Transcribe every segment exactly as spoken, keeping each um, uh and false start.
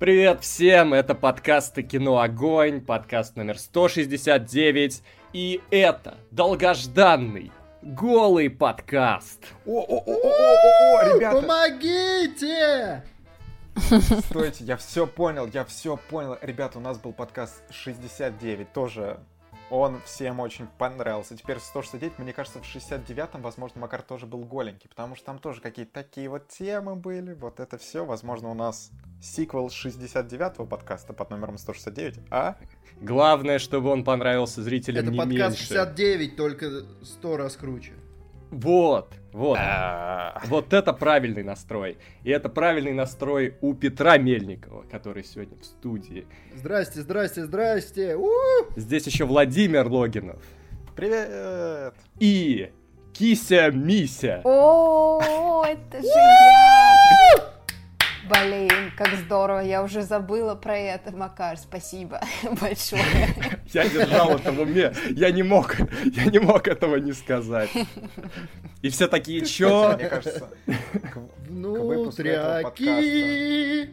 Привет всем, это подкасты «Кино Огонь», подкаст номер сто шестьдесят девять, и это долгожданный голый подкаст. О-о-о-о-о-о, ребята! Помогите! Стойте, я все понял, я все понял. Ребята, у нас был подкаст шестьдесят девять, тоже он всем очень понравился. Теперь сто шестьдесят девять, мне кажется, в шестьдесят девятом, возможно, Макар тоже был голенький, потому что там тоже какие-то такие вот темы были, вот это все. Возможно, у нас сиквел шестьдесят девятого подкаста под номером сто шестьдесят девять, а? Главное, чтобы он понравился зрителям Это не подкаст меньше. шестьдесят девять, только сто раз круче. Вот, вот. А. Вот это правильный настрой. И это правильный настрой у Петра Мельникова, который сегодня в студии. Здрасте, здрасте, здрасте. У! Здесь еще Владимир Логинов. Привет! И Кися-Мися. О, это же я! Блин, как здорово, я уже забыла про это, Макар, спасибо большое. Я держал это в уме, я не мог, я не мог этого не сказать. И все такие, чё? Мне кажется, к выпуску этого подкаста Внутряки!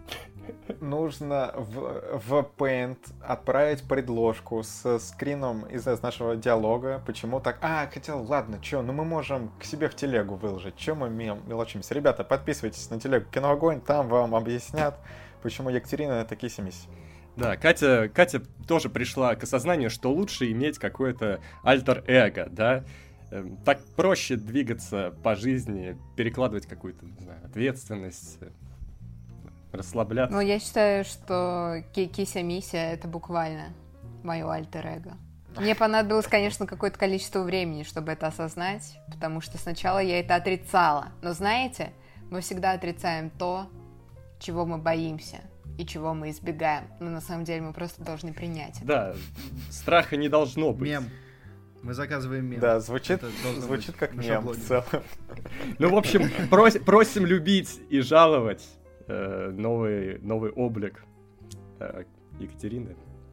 нужно в, в Paint отправить предложку с скрином из, из нашего диалога. Почему так? А, хотел, ладно, чё, ну мы можем к себе в телегу выложить. Чё мы мел- мелочимся? Ребята, подписывайтесь на телегу Кино Огонь, там вам объяснят, почему Екатерина это киси-миси. Да, Катя, Катя тоже пришла к осознанию, что лучше иметь какое-то альтер-эго, да? Эм, Так проще двигаться по жизни, перекладывать какую-то, не знаю, ответственность, э, расслабляться. Ну, я считаю, что ки- Кися-Мися — это буквально мое альтер-эго. Мне понадобилось, конечно, какое-то количество времени, чтобы это осознать, потому что сначала я это отрицала. Но знаете, мы всегда отрицаем то, чего мы боимся и чего мы избегаем. Но на самом деле мы просто должны принять это. Да, страха не должно быть. Мем. Мы заказываем мем. Да, звучит, Это должно звучит быть как на мем шаблоне. в целом. Ну, в общем, прос- просим любить и жаловать э, новый, новый облик э, Екатерины.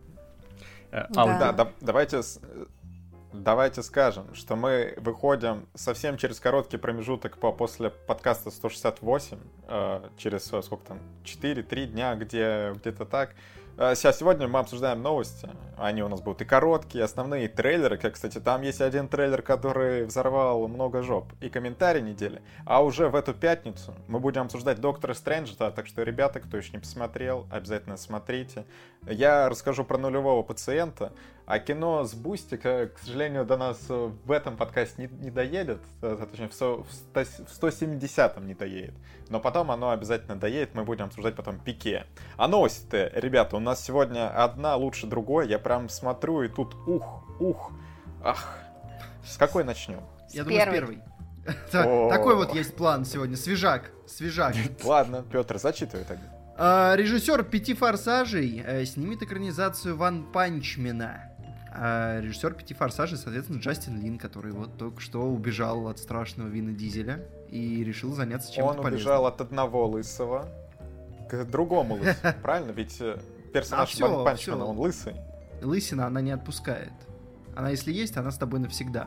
Э, Да. аудио. Да, да, давайте, с- давайте скажем, что мы выходим совсем через короткий промежуток по, после подкаста сто шестьдесят восемь, э, через э, сколько там, четыре-три дня, где, где-то так. Э, ся- Сегодня мы обсуждаем новости, они у нас будут и короткие, и основные трейлеры, как, кстати, там есть один трейлер, который взорвал много жоп, и комментарий недели. А уже в эту пятницу мы будем обсуждать Доктора Стрэнджа, да, так что, ребята, кто еще не посмотрел, обязательно смотрите. Я расскажу про нулевого пациента, а кино с Бустика, к сожалению, до нас в этом подкасте не, не доедет, э, точнее, в, со- в сто- в сто семидесятом не доедет. Но потом оно обязательно доедет, мы будем обсуждать потом Пике. А новости-то, ребята, у нас сегодня одна лучше другой, я прям смотрю, и тут ух, ух, ах. С какой начнем? Я С думаю, с первой. первой. Так, О. Такой вот есть план сегодня. Свежак. Свежак. Ладно, Петр, зачитывай тогда. А, Режиссер «Пяти форсажей» э, снимет экранизацию Ван Панчмена. А Режиссер «Пяти форсажей», соответственно, Джастин Лин, который вот только что убежал от страшного Вина Дизеля и решил заняться чем-то Он полезным. убежал от одного лысого к другому лысому, правильно? Ведь э, персонаж А всё, Ван Панчмена, всё. он лысый. Лысина она не отпускает. Она, если есть, она с тобой навсегда.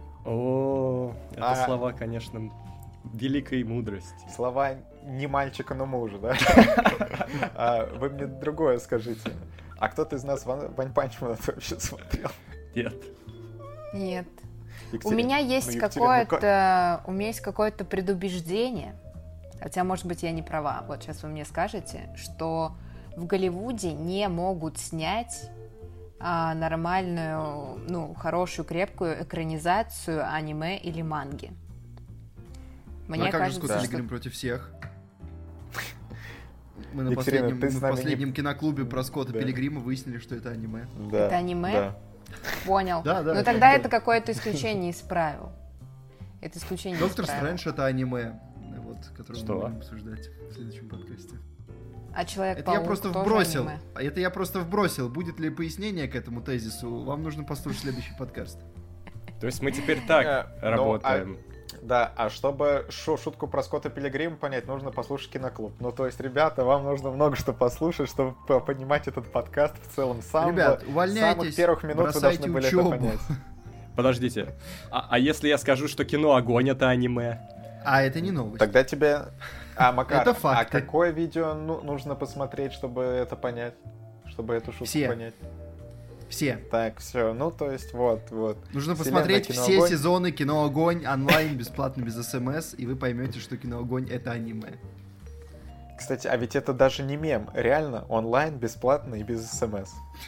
О, это А. слова, конечно, великой мудрости. Слова не мальчика, но мужа, да? А вы мне другое скажите. А кто-то из нас Ван Ван Панчмена вообще смотрел? Нет. Нет. У Екатерина? меня Ну, есть Екатерина, ну как? какое-то, у меня есть какое-то предубеждение, хотя, может быть, я не права. Вот сейчас вы мне скажете, что в Голливуде не могут снять а, нормальную, ну, хорошую, крепкую экранизацию аниме или манги. Мне Ну, а как же кажется, Скотт что... Пилигрим против всех? Мы на Екатерина, последнем, ты с мы в нами не- последнем киноклубе про Скотта Да. Пилигрима выяснили, что это аниме. Да, Это аниме? да. Понял. Да, да, Но это тогда да. это какое-то исключение из правил. Это исключение Доктор из правил. Стрэндж — это аниме, вот, которое Что? мы будем обсуждать в следующем подкасте. А человек Это я просто вбросил. А Это я просто вбросил. Будет ли пояснение к этому тезису? Вам нужно послушать следующий подкаст. То есть мы теперь так Э, ну, работаем. Да, а чтобы шу- шутку про Скотта Пилигрима понять, нужно послушать киноклуб. Ну, то есть, ребята, вам нужно много что послушать, чтобы по- понимать этот подкаст в целом. С самого- Ребят, с увольняйтесь, самых первых минут вы бросайте должны были учебу. это понять. Подождите. А, а если я скажу, что кино Огонь это аниме? А это не новость. Тогда тебе... А, Макар, Это факты. а какое видео ну, нужно посмотреть, чтобы это понять? Чтобы эту шутку Все. понять? Все. Так, все, ну то есть вот, вот. Нужно Вселенная посмотреть «Кино все Огонь». сезоны Кино Огонь онлайн, бесплатно, без смс, и вы поймете, что Кино Огонь — это аниме. Кстати, а ведь это даже не мем. Реально, онлайн, бесплатно и без смс.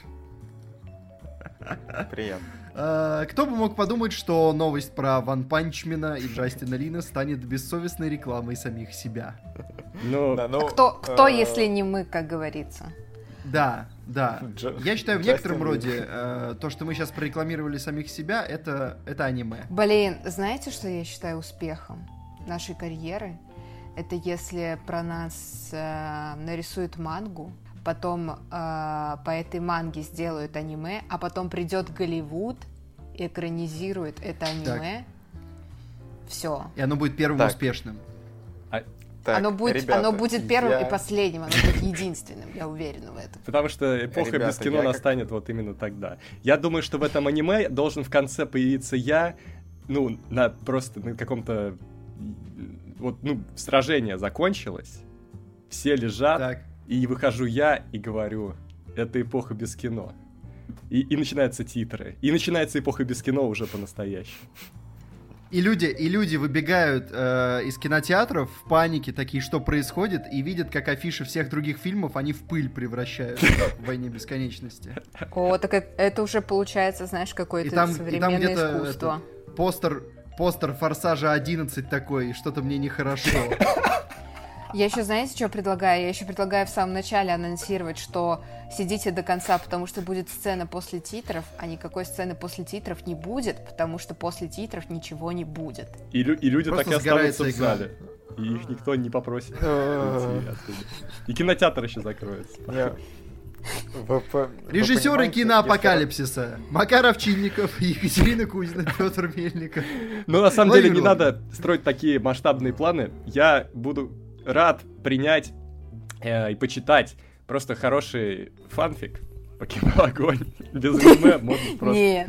Приятно. А, Кто бы мог подумать, что новость про Ван Панчмена и Джастина Лина станет бессовестной рекламой самих себя. Ну, Да, ну, Кто, кто, э, если не мы, как говорится? Да, да. Дж- Я считаю, в Джастин некотором Лин. роде э, то, что мы сейчас прорекламировали самих себя, это, это аниме. Блин, знаете, что я считаю успехом нашей карьеры? Это если про нас э, нарисуют мангу, потом э, по этой манге сделают аниме, а потом придет Голливуд и экранизирует это аниме. Все. И оно будет первым Так. успешным. так, Оно будет, ребята, оно будет первым я- и последним, оно будет единственным, я уверена в этом. потому что эпоха Ребята, без кино я как- настанет вот именно тогда. Я думаю, что в этом аниме должен в конце появиться я, ну, на просто на каком-то... Вот, ну, сражение закончилось, все лежат, Так. и выхожу я и говорю, это эпоха без кино. И, и начинаются титры. И начинается эпоха без кино уже по-настоящему. И люди, и люди выбегают э, из кинотеатров в панике, такие, что происходит, и видят, как афиши всех других фильмов они в пыль превращают в «Войне бесконечности». О, так это, это уже получается, знаешь, И какое-то там, и там современное где-то искусство. это, постер, постер «Форсажа одиннадцать» такой, и что-то мне нехорошо. Я еще, знаете, что предлагаю? Я еще предлагаю в самом начале анонсировать, что сидите до конца, потому что будет сцена после титров, а никакой сцены после титров не будет, потому что после титров ничего не будет. И, лю- и люди Просто так и останутся в сгорается игра. зале. И их никто не попросит Э, уйти оттуда. И кинотеатр еще закроется. не, вы по- вы Режиссеры понимаете, киноапокалипсиса. Макар Овчинников, Екатерина Кузина, Петр Мельников. Но на самом деле не Владимир надо строить такие масштабные планы. Я буду рад принять э, и почитать просто хороший фанфик по Кино Огонь. Без аниме можно просто... Нет.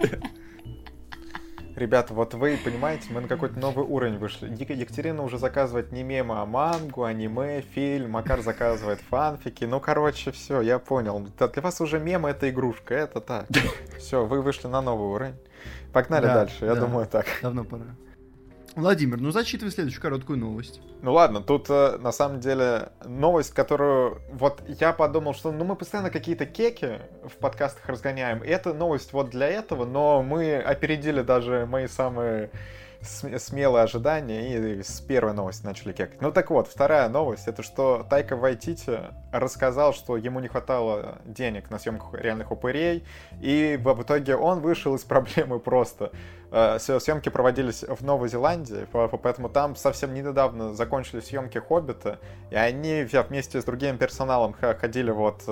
Ребята, вот вы понимаете, мы на какой-то новый уровень вышли. Ек- Екатерина уже заказывает не мемы, а мангу, аниме, фильм. Макар заказывает фанфики. Ну, короче, все, я понял. Да, для вас уже мемы — это игрушка, это так. Все, вы вышли на новый уровень. Погнали Да, дальше, я да. думаю так. Давно пора. Владимир, ну зачитывай следующую короткую новость. Ну ладно, тут э, на самом деле новость, которую вот я подумал, что ну мы постоянно какие-то кеки в подкастах разгоняем, и это новость вот для этого, но мы опередили даже мои самые см- смелые ожидания и с первой новости начали кекать. Ну так вот, вторая новость, это что Тайка Вайтити рассказал, что ему не хватало денег на съемку «Реальных упырей», и в итоге он вышел из проблемы просто. Съемки проводились в Новой Зеландии, поэтому там совсем недавно закончились съемки «Хоббита», и они вместе с другим персоналом ходили вот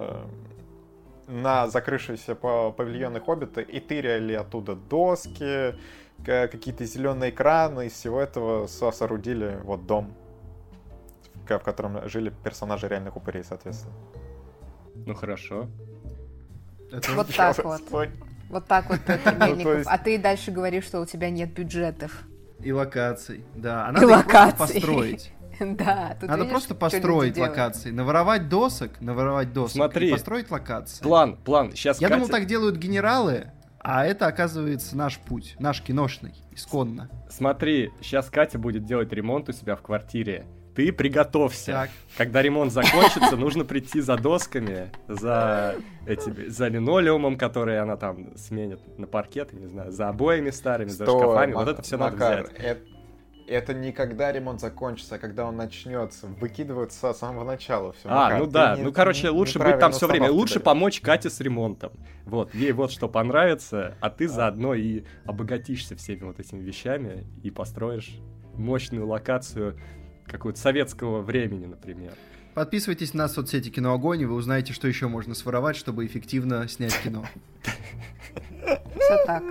на закрывшиеся павильоны «Хоббита» и тыряли оттуда доски, какие-то зеленые экраны, из всего этого соорудили вот дом, в котором жили персонажи «Реальных упырей», соответственно. Ну хорошо. Это Вот так вот. Вот так вот, Петр Ну, Мельников. то есть- А ты дальше говоришь, что у тебя нет бюджетов. И локаций, да. А И надо их просто локаций. построить. Да, тут Надо видишь, просто что люди построить делают. локации. Наворовать досок, наворовать досок. Смотри. И построить локации. План, план. Сейчас Я Катя... думал, так делают генералы, а это, оказывается, наш путь. Наш киношный, исконно. Смотри, сейчас Катя будет делать ремонт у себя в квартире. Ты приготовься. Так. Когда ремонт закончится, нужно прийти за досками, за, эти, за линолеумом, который она там сменит на паркет, не знаю, за обоями старыми, за Стой, шкафами. Ма- Вот это все надо Макар, взять. Это, это не когда ремонт закончится, а когда он начнется. Выкидывают с самого начала все. А, ну да, ну короче, лучше быть там все время, лучше помочь Кате с ремонтом. Вот, ей вот что понравится, а ты заодно и обогатишься всеми вот этими вещами и построишь мощную локацию какого-то советского времени, например. Подписывайтесь на соцсети Кино Огонь, и вы узнаете, что еще можно своровать, чтобы эффективно снять кино. Все так.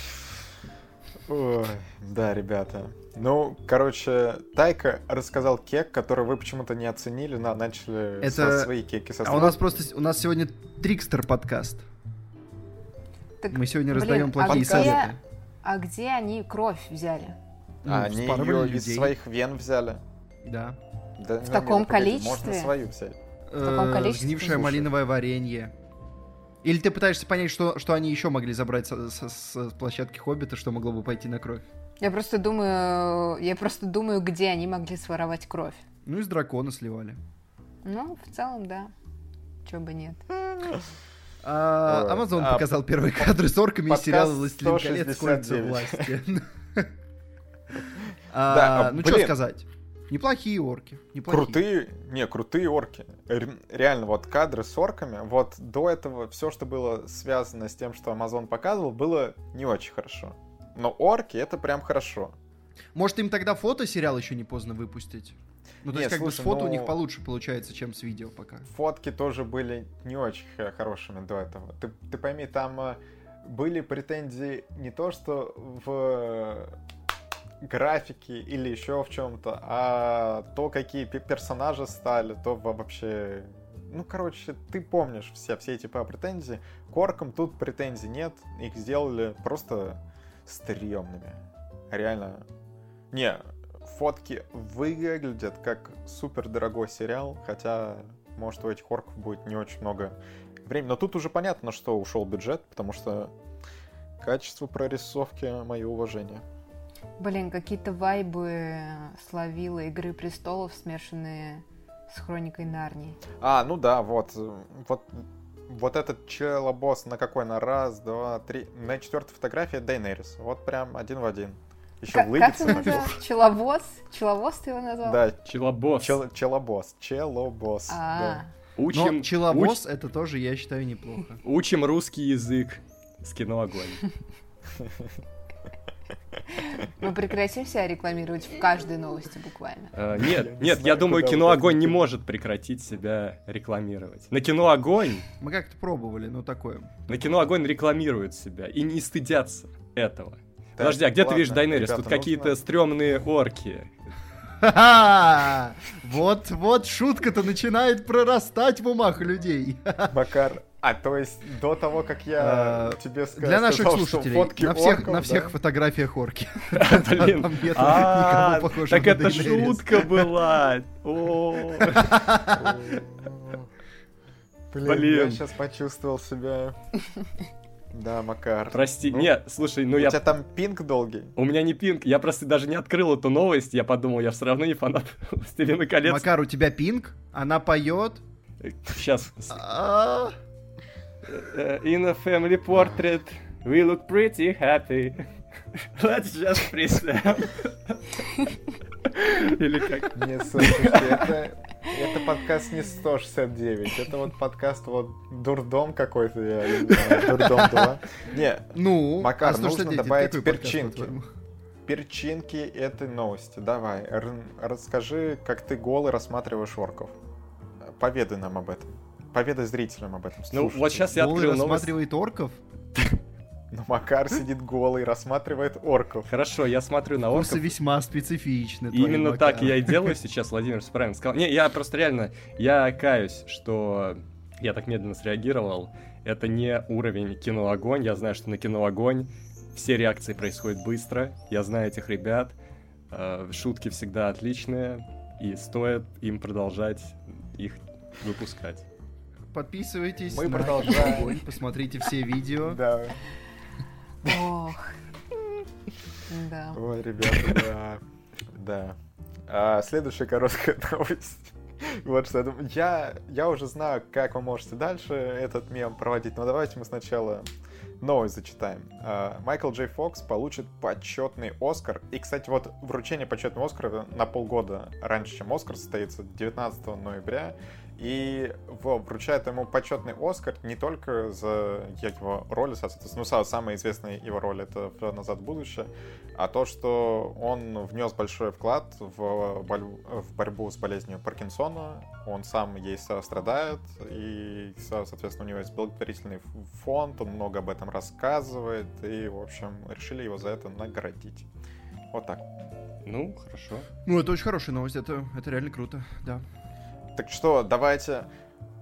Ой, да, ребята. Ну, короче, Тайка рассказал кек, который вы почему-то не оценили, на, начали Это- со- свои кеки со А у нас просто у нас сегодня Трикстер подкаст. Так, Мы сегодня блин, раздаем а плохие где- советы. А где они кровь взяли? Ну, А они вспарывали ее из людей. своих вен взяли. Да. Да, В ну, таком нет, погоди, количестве? Можно свою взять. В каком Э, количестве? Сгнившее Слушай. малиновое варенье. Или ты пытаешься понять, что, что они еще могли забрать со- со- с площадки Хоббита, что могло бы пойти на кровь? Я просто думаю, я просто думаю, где они могли своровать кровь. Ну, из дракона сливали. Ну, в целом, да. Чего бы нет. А, Ой, Амазон а, показал первые кадры с орками из подкаст сериала «Властелин колец. сто шестьдесят Кольца девять. власти». Да, А, а, Ну, что блин. сказать? Неплохие орки. неплохие. Крутые, не, крутые орки. Ре- Реально, вот кадры с орками, вот до этого все, что было связано с тем, что Amazon показывал, было не очень хорошо. Но орки — это прям хорошо. Может, им тогда фотосериал еще не поздно выпустить? Ну, то Не, есть, как бы с слушай, фото у ну- них получше получается, чем с видео пока. Фотки тоже были не очень х- хорошими до этого. Ты, ты пойми, там э, были претензии не то, что в графике или еще в чем-то, а то, какие пе- персонажи стали, то во- вообще... Ну, короче, ты помнишь все, все эти па- претензии. К оркам тут претензий нет, их сделали просто стрёмными. Реально. Не, фотки выглядят как супер дорогой сериал, хотя, может, у этих орков будет не очень много времени. Но тут уже понятно, что ушел бюджет, потому что качество прорисовки — мое уважение. Блин, какие-то вайбы словила «Игры престолов», смешанные с «Хроникой Нарнии». А, ну да, вот. Вот, вот этот челобосс на какой? На раз, два, три. На четвертой фотографии Дейнерис. Вот прям один в один. Еще Как, как улыбится ты на назвал? Человоз? Человоз ты его назвал? Да, Челобосс. чел- челобосс. Челобосс. А, Да. Учим, Но человоз уч- это тоже, я считаю, неплохо. учим русский язык с кино «Огонь». мы прекратим себя рекламировать в каждой новости буквально. Э, Я Нет, не нет, знаю, я думаю, куда кино вы «Огонь» не хотите. может прекратить себя рекламировать. На кино «Огонь», Мы как-то пробовали, но такое. на кино «Огонь» рекламируют себя и не стыдятся этого. Так, Подожди, а где ты ладно, видишь Дайнерис? ребята, Тут какие-то нужно- стрёмные орки. Ха-ха! Вот, вот шутка-то начинает прорастать в умах людей. Макар, а то есть до того, как я А, тебе ска- Для наших сказал, что слушателей, фотки на всех, орков, на всех да? фотографиях орки. Блин. Там нет А, никого похожего так на это Дейенерис. шутка была. О. Блин, Блин. я сейчас почувствовал себя... Да, Макар. Прости, Ну, нет, слушай, ну У я... тебя там пинг долгий? У меня не пинг, я просто даже не открыл эту новость, я подумал, я все равно не фанат «Властелина колец». Макар, у тебя пинг? Она поет? Сейчас. А, In a family portrait, we look pretty happy. Let's just pretend. Или как? Не, слушайте, это, это подкаст не сто шестьдесят девять, это вот подкаст вот дурдом какой-то, я не знаю, дурдом два. Не, Ну, Макар, а сто шестьдесят нужно девять, добавить какой подкаст, перчинки. по-твоему? перчинки этой новости, давай, р- расскажи, как ты голый рассматриваешь орков. Поведай нам об этом. Поведай зрителям об этом. Ну, вот слушателям. сейчас я Голый открыл новость. рассматривает орков? Ну, Макар сидит голый, рассматривает орков. Хорошо, я смотрю на Курсы орков. весьма специфичны. И твои, именно Макар. так я и делаю сейчас, Владимир всё правильно сказал. Не, я просто реально, я каюсь, что я так медленно среагировал. Это не уровень кино «Огонь». Я знаю, что на кино «Огонь» все реакции происходят быстро. Я знаю этих ребят. Э, Шутки всегда отличные. И стоит им продолжать их выпускать. Подписывайтесь Мы на продолжаем. «Кино Огонь», посмотрите все видео. Да. Ох. Да. Ой, ребята, да. Да. А, следующая короткая новость. Вот что я думаю. Я, я уже знаю, как вы можете дальше этот мем проводить, но давайте мы сначала новость зачитаем. А, Майкл Джей Фокс получит почетный Оскар. И, кстати, вот вручение почетного Оскара на полгода раньше, чем Оскар состоится, девятнадцатого ноября. И вот, вручают ему почетный Оскар не только за его роли, соответственно, ну, самая известная его роль — это «Назад в будущее», а то, что он внес большой вклад в, боль- в борьбу с болезнью Паркинсона. Он сам ей страдает, и, соответственно, у него есть благотворительный фонд, он много об этом рассказывает, и, в общем, решили его за это наградить. Вот так. Ну, хорошо. Ну, это очень хорошая новость, это, это реально круто, да. Так что, давайте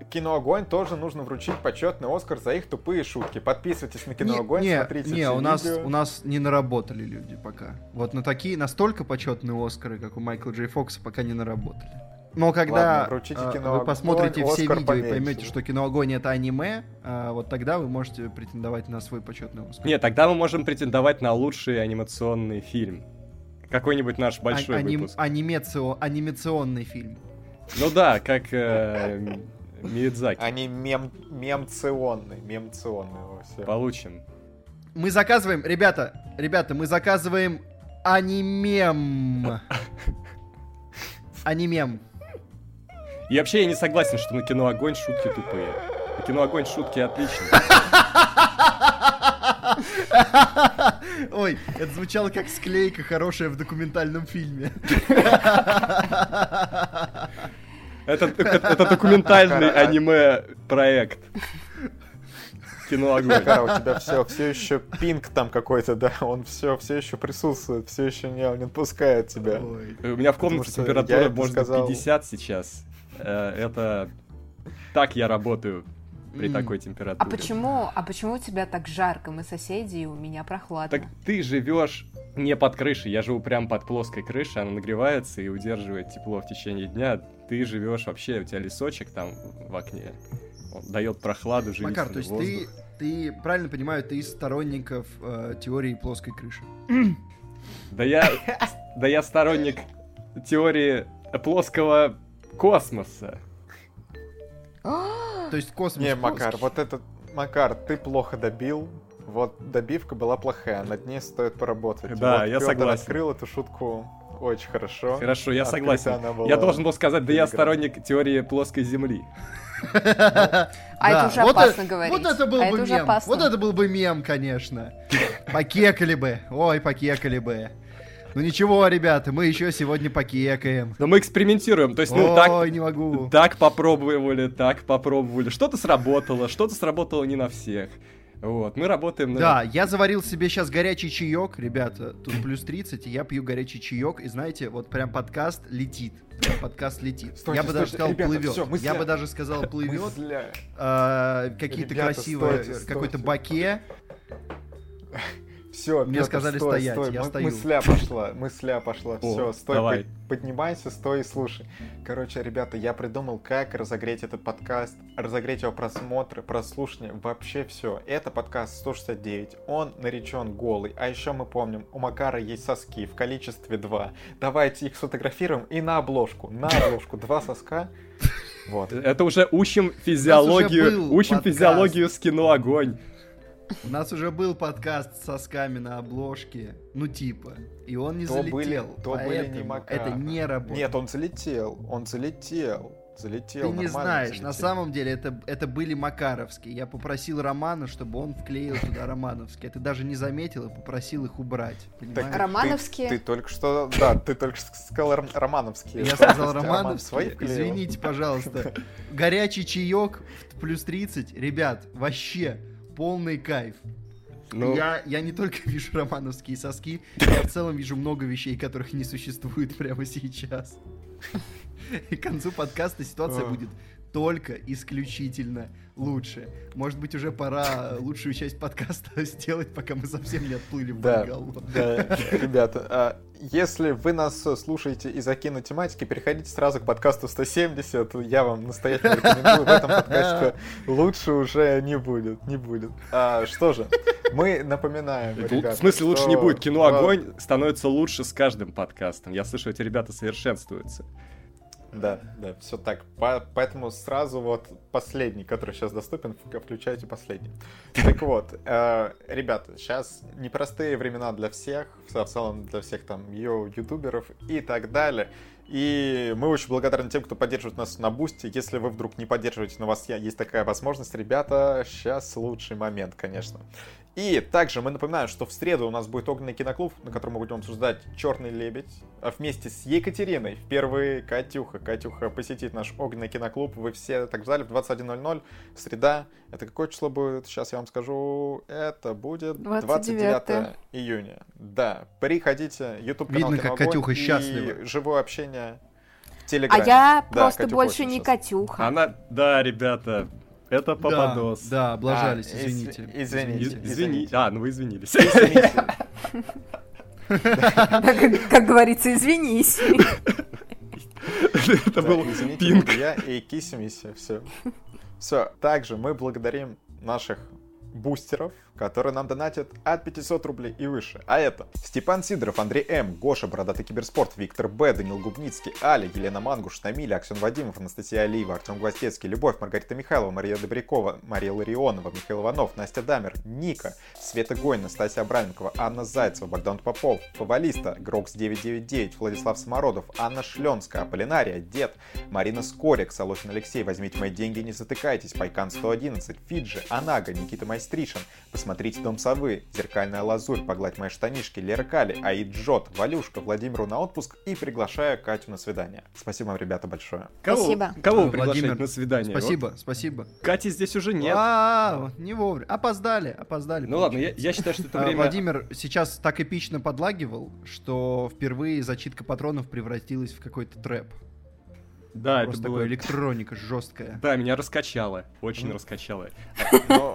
Киноогонь тоже нужно вручить почетный Оскар за их тупые шутки. Подписывайтесь на Киноогонь, не, смотрите не, все у нас, видео. у нас не наработали люди пока. Вот на такие, настолько почетные Оскары, как у Майкла Джей Фокса, пока не наработали. Но когда Ладно, вручите э, Киноогонь, вы посмотрите все Оскар видео и поменьше. поймете, что Киноогонь это аниме, э, вот тогда вы можете претендовать на свой почетный Оскар. Нет, тогда мы можем претендовать на лучший анимационный фильм. Какой-нибудь наш большой А- аним- выпуск. анимацио- анимационный фильм. Ну да, как э, Миядзаки. Они мем... мемционные, мемционные во всем. Получим. Мы заказываем, ребята, ребята, мы заказываем анимем. Анимем. И вообще я не согласен, что на Киноогонь шутки тупые. На Киноогонь шутки отличные. Ой, это звучало как склейка хорошая в документальном фильме. Это, это, это документальный аниме-проект. Киноогонь. Макар, у тебя все, все еще пинг там какой-то, да? Он все, все еще присутствует, все еще не, не отпускает тебя. Ой. У меня в комнате Потому что температура я это может сказал. быть пятьдесят сейчас. Э, Это так я работаю при М. такой температуре. А почему, а почему у тебя так жарко? Мы соседи, и у меня прохладно. Так ты живешь не под крышей, я живу прям под плоской крышей, она нагревается и удерживает тепло в течение дня. Ты живешь вообще, у тебя лесочек там в окне, он дает прохладу, живительный Макар, то есть воздух. ты, ты, правильно понимаю, ты из сторонников э, теории плоской крыши. Да я, да я сторонник теории плоского космоса. То есть космос Не, плоский. Макар, вот этот... Макар, ты плохо добил. Вот добивка была плохая, над ней стоит поработать. Да, Вот я Пётр согласен. открыл эту шутку очень хорошо. Хорошо, я Открыта согласен. она была. Я должен был сказать, да я Телеграм. сторонник теории плоской Земли. А это Да, уже вот опасно это- говорить. Вот это был а бы это уже мем. опасно. Вот это был бы мем, конечно. Покекали бы. Ой, покекали бы. Ну ничего, ребята, мы еще сегодня покекаем. Но мы экспериментируем, то есть, ну, Ой, так, не могу. так попробовали, так попробовали. Что-то сработало, что-то сработало не на всех. Вот, мы работаем на... Да, я заварил себе сейчас горячий чаек, ребята, тут плюс тридцать, и я пью горячий чаек, и знаете, вот прям подкаст летит. Прям подкаст летит. Стойте, я бы даже стойте, сказал, ребята, плывет. всё, мы Я зря. бы даже сказал, плывет. Мысля. А, какие-то Ребята, красивые, стойте, какой-то стойте. баке. Все, Мне сказали стоять, я стою. Мысля пошла, мысля пошла. О, Все, стой, давай. под- поднимайся, стой и слушай. Короче, ребята, я придумал, как разогреть этот подкаст, разогреть его просмотры, прослушивание, вообще все. Это подкаст сто шестьдесят девять, он наречен голый. А еще мы помним, у Макара есть соски в количестве два. Давайте их сфотографируем и на обложку, на обложку два соска. Вот. Это уже учим физиологию, был учим подкаст. физиологию с кино огонь. У нас уже был подкаст с сосками на обложке, ну типа, и он не То залетел, были, то были поэтому не Макара. это не работает. Нет, он залетел, он залетел, залетел. Ты не нормально знаешь, залетел. на самом деле это, это были макаровские. Я попросил Романа, чтобы он вклеил туда романовские. А ты даже не заметил и попросил их убрать. Понимаешь? Так, Романовские? Ты, ты только что, да, ты только что сказал ром- романовские. Я сказал Роман романовские. свои вклеил? Извините, пожалуйста. Горячий чаек в плюс тридцать. Ребят, вообще полный кайф. Ну, Я, я не только вижу романовские соски, я в целом вижу много вещей, которых не существует прямо сейчас. И к концу подкаста ситуация Ох. будет только исключительно лучше. Может быть, уже пора лучшую часть подкаста сделать, пока мы совсем не отплыли в Да, Бангалу. да, ребята, а, если вы нас слушаете из-за кинотематики, переходите сразу к подкасту сто семьдесят. Я вам настоятельно рекомендую. В этом подкасте лучше уже не будет, не будет. А, что же, мы напоминаем, в ребята, смысле лучше что- не будет. Кино огонь становится лучше с каждым подкастом. Я слышу, эти ребята совершенствуются. Да, да, все так. По- поэтому сразу вот последний, который сейчас доступен, в- включайте последний. Так вот, э, ребята, сейчас непростые времена для всех, в целом для всех там ю- ютуберов и так далее. И мы очень благодарны тем, кто поддерживает нас на Бусти. Если вы вдруг не поддерживаете, но у вас есть такая возможность, ребята, сейчас лучший момент, конечно. И также мы напоминаем, что в среду у нас будет огненный киноклуб, на котором мы будем обсуждать «Черный лебедь». А вместе с Екатериной, впервые Катюха. Катюха посетит наш огненный киноклуб. Вы все так ждали в двадцать один ноль ноль. Среда. Это какое число будет? Сейчас я вам скажу. Это будет двадцать девятое июня. Да, приходите. YouTube канал Видно, как «Киноогонь» Катюха и счастлива. живое общение. Телеграме. А я Да, просто Катюха больше очень не сейчас. Катюха. Она... Да, ребята, это Пападос. Да, да, облажались, А, извините. из- извините. Из- Извини. А, ну вы извинились. Как как говорится, извинись. Это был Извините, пинг. буду я и киси-миси, все. Все, также мы благодарим наших бустеров, которые нам донатят от пятисот рублей и выше. А это Степан Сидоров, Андрей М, Гоша, Бородатый Киберспорт, Виктор Б, Данил Губницкий, Аля, Елена Мангуш, Намиля, Аксен Вадимов, Анастасия Алиева, Артем Гвоздецкий, Любовь, Маргарита Михайлова, Мария Добрякова, Мария Ларионова, Михаил Иванов, Настя Дамер, Ника, Света Гойна, Настасья Абраменкова, Анна Зайцева, Богдан Попов, Фавалиста, Грокс девятьсот девяносто девять, Владислав Самородов, Анна Шленская, Аполлинария, Дед, Марина Скорик, Солохин Алексей, Возьмите мои деньги, не затыкайтесь, Пайкан сто одиннадцать, Фиджи, Анага, Никита Майстришин, Посмотрите Дом Совы, Зеркальная лазурь, Погладь мои штанишки, Лера Кали, Аид Джот, Валюшка, Владимиру на отпуск и приглашаю Катю на свидание. Спасибо вам, ребята, большое. Кого- Спасибо. Кого вы Владимир, приглашаете на свидание? Спасибо, спасибо. Вот Кати здесь уже нет. А, не вовремя. Опоздали, опоздали. Ну ладно, я я считаю, что это А, время... Владимир сейчас так эпично подлагивал, что впервые зачитка патронов превратилась в какой-то трэп. Да, это Просто было... такая электроника жесткая. Да, меня раскачало. Очень раскачало. Но-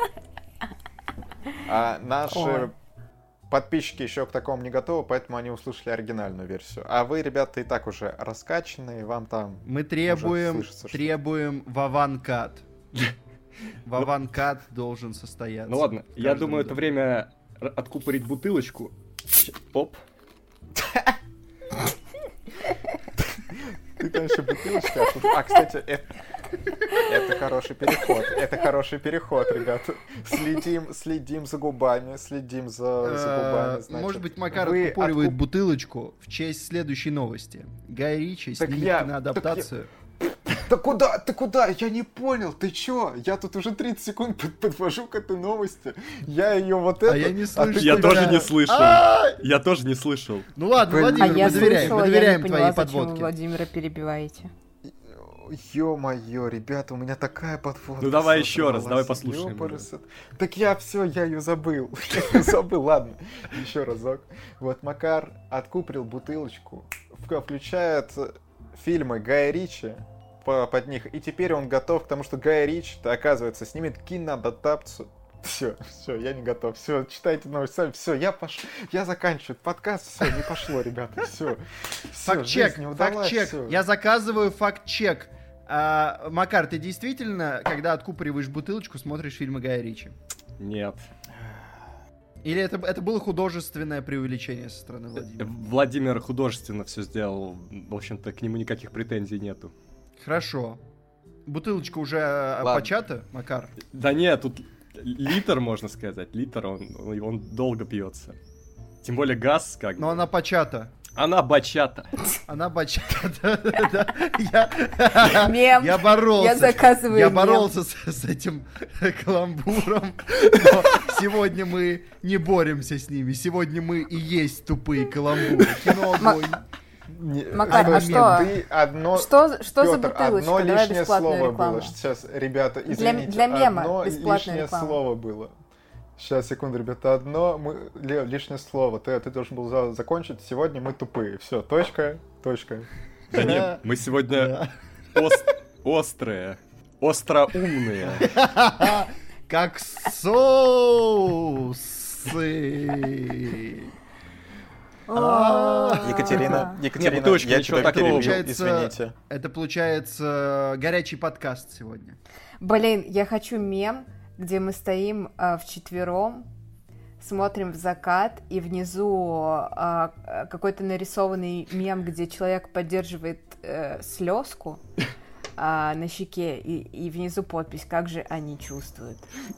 А наши Ой. подписчики еще к такому не готовы, поэтому они услышали оригинальную версию. А вы, ребята, и так уже раскачаны, и вам там... Мы требуем, слышится, что- требуем Ваванкат. Ваванкат должен состояться. Ну ладно, в я каждом думаю, это доме. время р- откупорить бутылочку. Щ- Оп. Ты там еще бутылочка. а тут- А, кстати, это... Это хороший переход. Это хороший переход, ребята. Следим, следим за губами, следим за, за губами. Э, значит. Может быть, Макар Вы откупоривает откуп- бутылочку в честь следующей новости. Гай Ричи Так снимет я- киноадаптацию. Да куда? Ты куда? Я не понял. Ты чё? Я тут уже тридцать секунд под- подвожу к этой новости. Я ее вот это... А я не ты слышу. Я тебя. тоже не слышал. А! Я тоже не слышал. Ну ладно, Блин. А Владимир, я мы доверяем, слышала, мы я доверяем не твоей поняла, почему вы подводке. Владимира перебиваете. Ё-моё, ребята, у меня такая подводка. Ну давай сорвалась. еще раз, давай послушаем Ёпарасы. Так я все, я ее забыл. Я ее забыл, ладно. Еще разок. Вот Макар откуприл бутылочку, в- включает фильмы Гая Ричи по- под них, и теперь он готов к тому, что Гай Ричи, оказывается, снимет киноадаптацию. Все, все, я не готов. Все, читайте новости сами. Все, я пош... я заканчиваю подкаст. Все, не пошло, ребята. Все. Факт-чек, факт-чек. Я заказываю факт-чек. А, Макар, ты действительно, когда откупориваешь бутылочку, смотришь фильмы Гая Ричи? Нет. Или это, это было художественное преувеличение со стороны Владимира? Владимир художественно все сделал. В общем-то, к нему никаких претензий нету. Хорошо. Бутылочка уже э, Ладно. почата, Макар? Да нет, тут литр, можно сказать. Литр, он, он долго пьется. Тем более газ, как Но бы. она почата. Она бачата. Она бачата, да-да-да. Я, Мем. я боролся. Я заказываю Я мем. боролся с, с этим каламбуром. Но сегодня мы не боремся с ними. Сегодня мы и есть тупые каламбуры. Кино огонь. Не- Макар, а Ты что? одно... Что, что за Пётр, бутылочка? одно Давай лишнее бесплатную слово рекламу. было. Сейчас, ребята, Для- извините. для мема одно бесплатная лишнее реклама. слово было. Сейчас, секунду, ребята, одно мы... Ле- лишнее слово. Ты, ты должен был за- закончить. Сегодня мы тупые. Все, точка, точка. Да нет, мы сегодня Да. ос- острые, остроумные. Как соусы. А. Екатерина, Екатерина, бутылочка, я ничего тебя такого. перебил, Получается, извините. Это получается горячий подкаст сегодня. Блин, я хочу мем, где мы стоим а, вчетвером, смотрим в закат, и внизу а, а, какой-то нарисованный мем, где человек поддерживает э, слезку а, на щеке, и, и внизу подпись «Как же они чувствуют».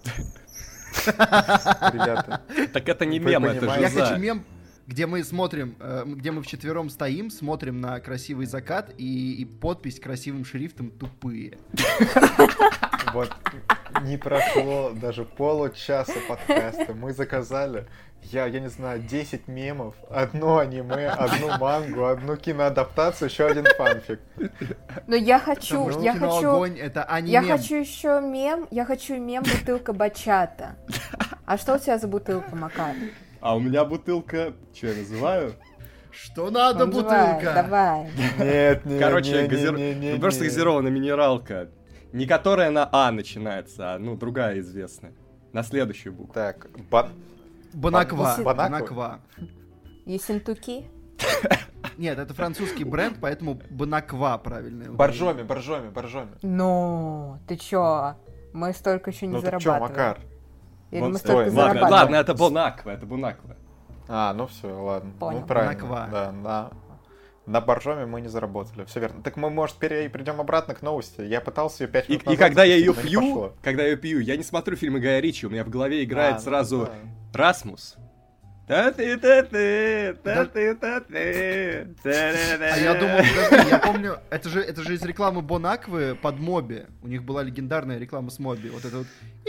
Ребята, Так это не Вы мем, это понимаете? Я жиза. хочу мем, где мы смотрим, э, где мы вчетвером стоим, смотрим на красивый закат и, и подпись красивым шрифтом «Тупые». вот не прошло даже получаса подкаста. Мы заказали, я, я не знаю, десять мемов, одно аниме, одну мангу, одну киноадаптацию, еще один фанфик. Но я хочу, Потому что я кино хочу... «Огонь» — это аниме. Я хочу еще мем, я хочу мем бутылка бачата. А что у тебя за бутылка, Макар? А у меня бутылка, что я называю? Что надо, Ну, давай, бутылка? Давай. Нет, нет, Короче, не, газир- не, не, ну, просто не. газированная минералка. Не которая на А начинается, а, ну, другая известная. На следующую букву. Так, ба- Бонаква. Бонаква? Бонаква. Ессентуки? Нет, это французский бренд, поэтому Бонаква правильно. боржоми, боржоми, боржоми. Ну, ты чё? Мы столько еще не Ну ты чё, зарабатываем. Макар? Или Вон мы стой, столько ладно, зарабатываем? ладно, это Бонаква, это Бонаква. А, ну все, ладно. Понял. Ну правильно. Бонаква. Да, на, на боржоме мы не заработали. Все верно. Так мы, может, перейдем обратно к новости. Я пытался ее пять И, минут и назад когда я запустить, ее но не пью, пошло. когда я ее пью, я не смотрю фильмы Гая Ричи, у меня в голове играет А, ну сразу да. Расмус. Та-ты-та-ты, та-ты-та-ты, А я думал, подожди, я помню, это же, это же из рекламы Бонаквы под Моби. У них была легендарная реклама с Моби. Вот это вот.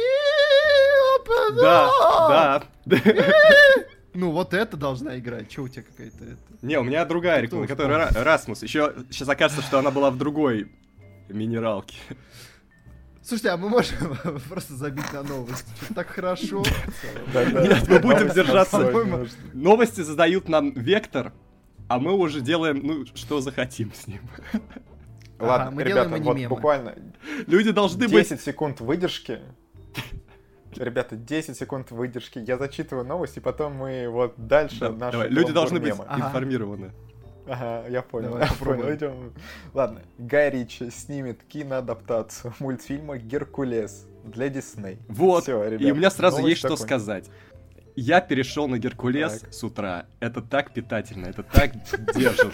Да, да. Ну, вот это должна играть. Че у тебя какая-то это? Не, у меня другая реклама, Кто которая Ра- Расмус. Еще сейчас окажется, что она была в другой минералке. Слушайте, а мы можем просто забить на новость? Что-то так хорошо. Да-да. Нет, мы будем Новость держаться. по-моему, нужно. Новости задают нам вектор, а мы уже делаем, ну, что захотим с ним. Ладно, мы ребята, делаем вот аниме. буквально Люди должны быть... десять секунд выдержки. Ребята, десять секунд выдержки. Я зачитываю новость, и потом мы вот дальше Да, наш давай, люди должны быть мема. Ага. информированы. Ага, я понял. Давай я попробуем. понял. Идем. Ладно. Гай Ричи снимет киноадаптацию мультфильма «Геркулес» для Дисней. Вот, Всё, и ребят, у меня сразу новость есть что закончена. сказать. Я перешел на Геркулес Так. с утра. Это так питательно, это так держит.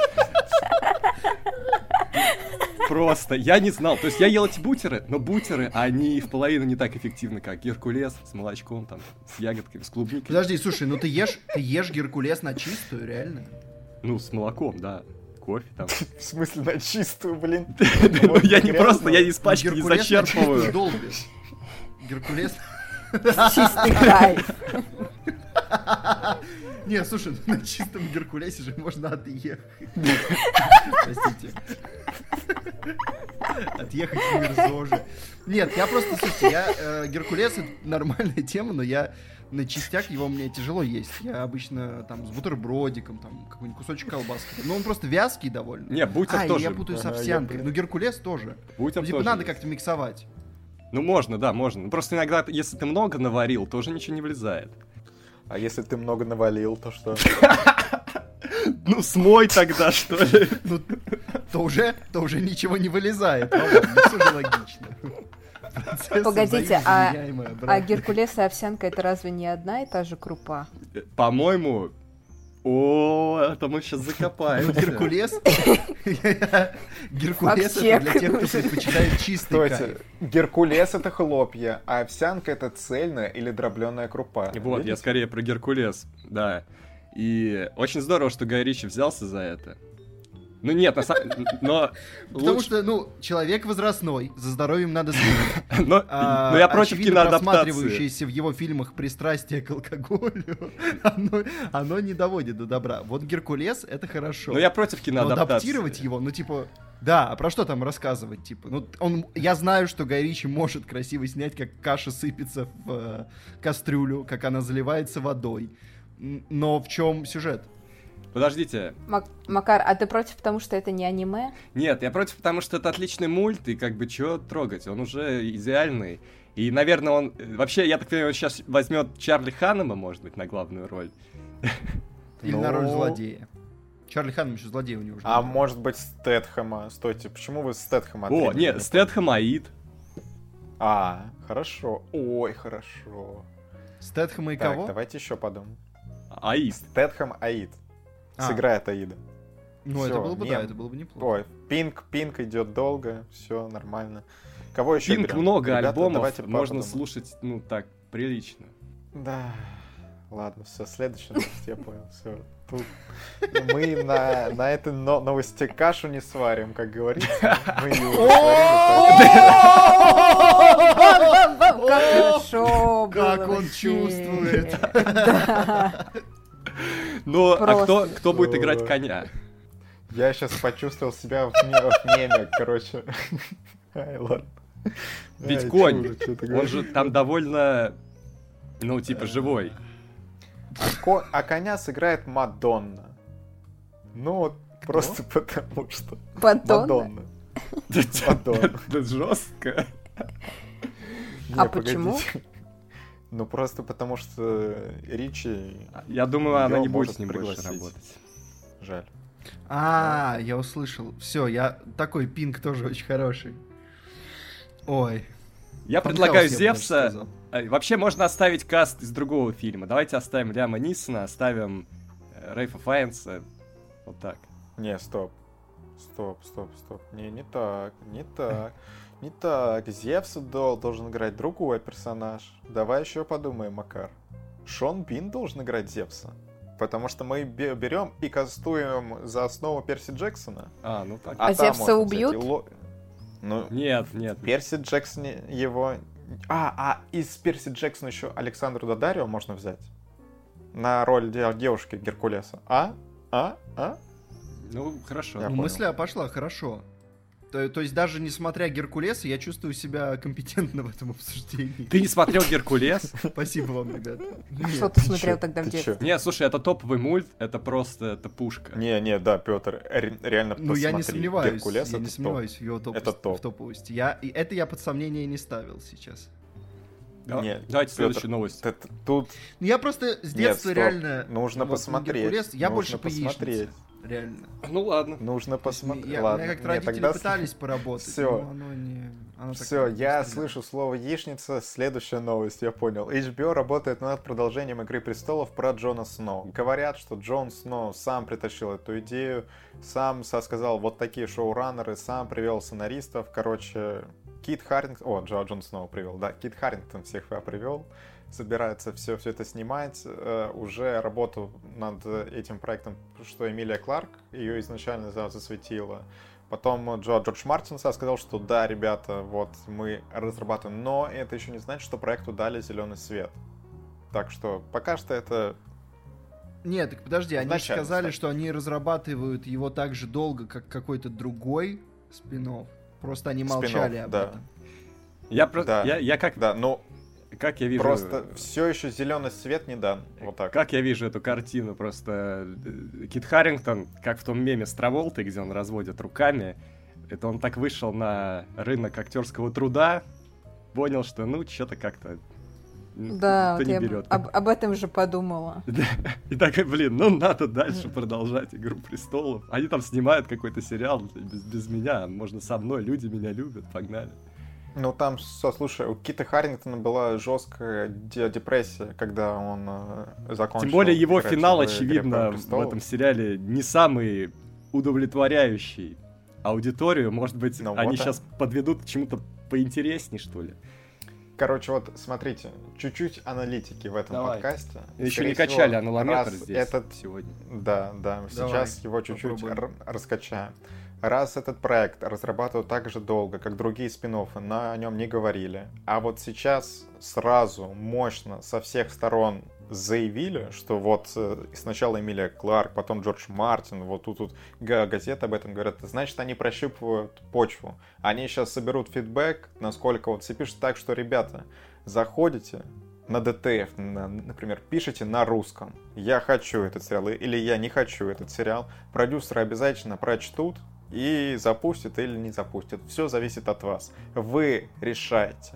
Просто, я не знал. То есть я ел эти бутеры, но бутеры, они в половину не так эффективны, как Геркулес с молочком, там, с ягодками, с клубникой. Подожди, слушай, ну ты ешь, ты ешь Геркулес на чистую, реально? Ну, с молоком, да. Кофе там. В смысле, на чистую, блин? Ну, я не Грязно. просто, я из Ну, пачки не Геркулес на чистую зачерпываю. долбишь. Геркулес... Чистый кайф. Не, слушай, ну на чистом Геркулесе же можно отъехать. Простите. Отъехать в мир ЗОЖи. Нет, я просто, слушайте, я... э, Геркулес — это нормальная тема, но я на частях его мне тяжело есть. Я обычно там с бутербродиком, там какой-нибудь кусочек колбаски. Но он просто вязкий довольно. Не, бутер А, или тоже. я путаю с Ага, я овсянкой. понял. Ну, Геркулес тоже. Бутер Ну, типа тоже надо есть. как-то миксовать. Ну, можно, да, можно. Ну, просто иногда, если ты много наварил, то уже ничего не влезает. А если ты много навалил, то что? Ну, смой тогда, что ли. Ну, то уже, то уже ничего не вылезает. Ну, ладно, все же логично. Процессы Погодите, а, взаимозаменяемые, а брат. Геркулес и овсянка это разве не одна и та же крупа? По-моему... О, это мы сейчас закопаем. Геркулес? Геркулес Вообще, это для тех, кто конечно. предпочитает чистый Стойте, кайф. Геркулес это хлопья, а овсянка это цельная или дробленая крупа. Вот, я Видите? скорее про Геркулес, да. И очень здорово, что Гай Ричи взялся за это. Ну нет, на самом но Потому лучше- что, ну, человек возрастной, за здоровьем надо следить. но, А, но я против очевидно, киноадаптации. просматривающееся в его фильмах пристрастие к алкоголю, оно, оно не доводит до добра. Вот Геркулес — это хорошо. Но я против Но киноадаптации. адаптировать его, ну, типа... Да, а про что там рассказывать, типа? Ну, он, я знаю, что Гай Ричи может красиво снять, как каша сыпется в э, кастрюлю, как она заливается водой. Н- Но в чем сюжет? Подождите. Мак- Макар, а ты против, потому что это не аниме? Нет, я против, потому что это отличный мульт, и как бы чё трогать, он уже идеальный. И, наверное, он... Вообще, я так понимаю, он сейчас возьмет Чарли Ханнема, может быть, на главную роль. Или Ну. на роль злодея? Чарли Ханнем еще злодея у него уже. А не было. может быть Стэтхэма. Стойте, почему вы Стэтхэма О, отрезали? нет, Стэтхэм Аид. А, хорошо. Ой, хорошо. Стэтхэма и Так, кого? давайте еще подумаем. Аид. Стэтхэм Аид. А. Сыграет Аида. Ну, это Всё, было бы, не- да, это было бы неплохо. Ой, Пинк, Пинк идет долго, все нормально. Кого еще Пинк берем? много Ребята, альбомов, давайте можно подумаем. слушать, ну, так, прилично. Да. Ладно, все, следующая новость, я понял, все. Тут мы на, на этой но- новости кашу не сварим, как говорится. Мы ее уже сварили, Как хорошо было Как он вообще. чувствует. Ну, а Просто. кто, кто будет Ой. играть коня? поэтому я сейчас почувствовал себя в, ме- в меме, короче. Ай, ладно. Ведь Ай, конь, чё уже, чё ты он говоришь? же там довольно, ну, типа, живой. А, ко- а коня сыграет Мадонна. Ну вот, просто потому что... Мадонна? Мадонна. Это жестко. А почему? Ну просто потому что Ричи... Я думаю, она не будет может с ним больше пригласить. работать. Жаль. А, я услышал. Все, я такой пинг тоже очень хороший. Ой. Я предлагаю Панхаус, я бы даже Зевса... сказал. А, Вообще можно оставить каст из другого фильма. Давайте оставим Ляма Нисона, оставим э, Рейфа Файнса. Вот так. Не, стоп. Стоп, стоп, стоп. Не, не так, не так. Не так. Зевс дол- должен играть другой персонаж. Давай еще подумаем, Макар. Шон Бин должен играть Зевса. Потому что мы бе- берем и кастуем за основу Перси Джексона. А, ну так. А там Зевса можно взять убьют? и Ло- Ну, Нет, нет. Перси Джексон его... А, а из Перси Джексона еще Александру Дадарио можно взять? На роль де- девушки Геркулеса. А? А? А? Ну, хорошо. Я Ну, понял. мысля пошла, хорошо. То, то есть даже несмотря Геркулеса, я чувствую себя компетентно в этом обсуждении. Ты не смотрел «Геркулес»? Спасибо вам, ребята. Что ты Ты смотрел чё? тогда в Ты детстве? чё? Не, слушай, это топовый мульт, это просто, это пушка. Не, не, да, Петр, ре- реально Ну, я не посмотри. сомневаюсь, Геркулес я это не топ. сомневаюсь в его топ- Это топ. в топовости. Я, и это я под сомнение не ставил сейчас. Да- Не, Давайте Пётр, следующую новость. Т- т- Тут Ну, я просто с Нет, детства стоп. реально... нужно вот, посмотреть. Геркулес, я нужно больше по посмотреть. яичнице. Реально. Ну ладно. Нужно посмотреть. Я, Ладно, у меня как-то не, родители тогда... пытались поработать, Всё. но оно не... оно так Все, не я стреляет. слышу слово яичница. Следующая новость, я понял. эйч би о работает над продолжением «Игры престолов» про Джона Сноу. Говорят, что Джон Сноу сам притащил эту идею, сам со- сказал вот такие шоураннеры, сам привел сценаристов. Короче, Кит Харрингтон... О, Джо, Джон Сноу привел, да. Кит Харрингтон всех привел. Собирается все, все это снимать. Э, уже работу над этим проектом, что Эмилия Кларк ее изначально за- засветила. Потом Джо, Джордж Мартин сказал, что да, ребята, вот мы разрабатываем, но это еще не значит, что проекту дали зеленый свет. Так что пока что это... Нет, так подожди, они же Изначально, сказали, кстати. что они разрабатывают его так же долго, как какой-то другой спин-офф. Просто они Спин-офф, молчали об да. этом. Я, про... Да. я, я как, Да, ну как я вижу... просто все еще зеленый свет не дан. Вот так. Как я вижу эту картину, просто э, Кит Харрингтон, как в том меме с Траволтой, где он разводит руками, это он так вышел на рынок актерского труда, понял, что ну, что-то как-то н- Да, никто вот не я берет. об, об этом же подумала. Да. И такой, блин, ну надо дальше продолжать «Игру престолов». Они там снимают какой-то сериал без, без меня, можно со мной, люди меня любят, погнали. Ну там, со- слушай, у Кита Харрингтона была жесткая де- депрессия, когда он э, закончил. Тем более его играть финал, в «Игре очевидно, в престолов». этом сериале не самый удовлетворяющий аудиторию. Может быть, Ну они вот, да. сейчас подведут к чему-то поинтереснее, что ли. Короче, вот смотрите, чуть-чуть аналитики в этом Давай. подкасте. Еще не Скорее качали всего, аналометр раз здесь Этот сегодня. Да, да, Давай, сейчас его чуть-чуть попробуем. р- раскачаем. Раз этот проект разрабатывают так же долго, как другие спин-оффы, на о нем не говорили, а вот сейчас сразу мощно со всех сторон заявили, что вот э, сначала Эмилия Кларк, потом Джордж Мартин, вот тут, тут га- газеты об этом говорят, значит, они прощупывают почву. Они сейчас соберут фидбэк, насколько вот все пишут так, что, ребята, заходите на ди ти эф, на- например, пишите на русском. Я хочу этот сериал или я не хочу этот сериал. Продюсеры обязательно прочтут и запустят или не запустят. Все зависит от вас. Вы решаете.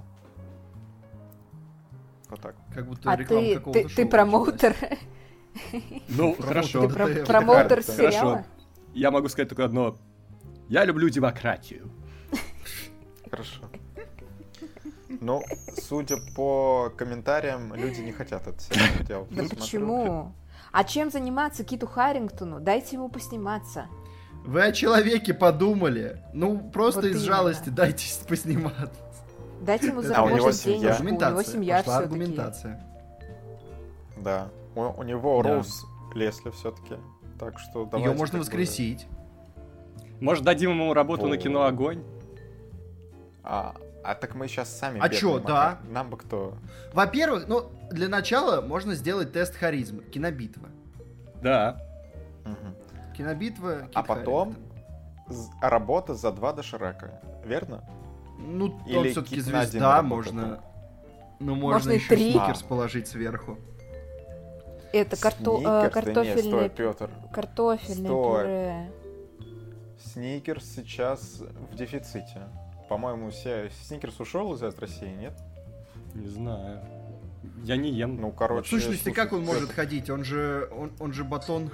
Вот так. Как будто А реклама ты, какого-то ты, шоу ты промоутер, Ну, Промоутер. хорошо. ты про- Хорошо. промоутер Хорошо. сериала? Я могу сказать только одно. Я люблю демократию. Хорошо. Ну, судя по комментариям, люди не хотят это сериал делать. Да Посмотрю. почему? А чем заниматься Киту Харрингтону? Дайте ему посниматься. Вы о человеке подумали. Ну, просто Вот из именно. жалости дайте посниматься. Дайте ему А у него заработать семья. денежку. У него Аргументация. семья Пошла все-таки. аргументация. Да. У, у него Да. Роуз Лесли все-таки. Так что давайте... Ее можно как бы- воскресить. Может, дадим ему работу на О. кино «Огонь»? А, а так мы сейчас сами А бедные, чё, Макар. да. Нам бы кто... Во-первых, ну, для начала можно сделать тест харизмы. Кинобитва. Да. Мгм. Кинобитва. Кит А потом Харингтон. з- работа за два доширака, верно? Ну, он Или все-таки Кит на один звезда, работает можно... только. Ну, Можно можно и еще три. сникерс положить сверху. это карто... Сникерс? Да картофельное... нет, стой, Пётр. Картофельное Стой. пюре. Сникерс сейчас в дефиците. По-моему, все... Сникерс ушел из России, нет? Не знаю. Я не ем. Ну, короче... В сущности, слушай, как он Пётр, может ходить? Он же, он, он же батон.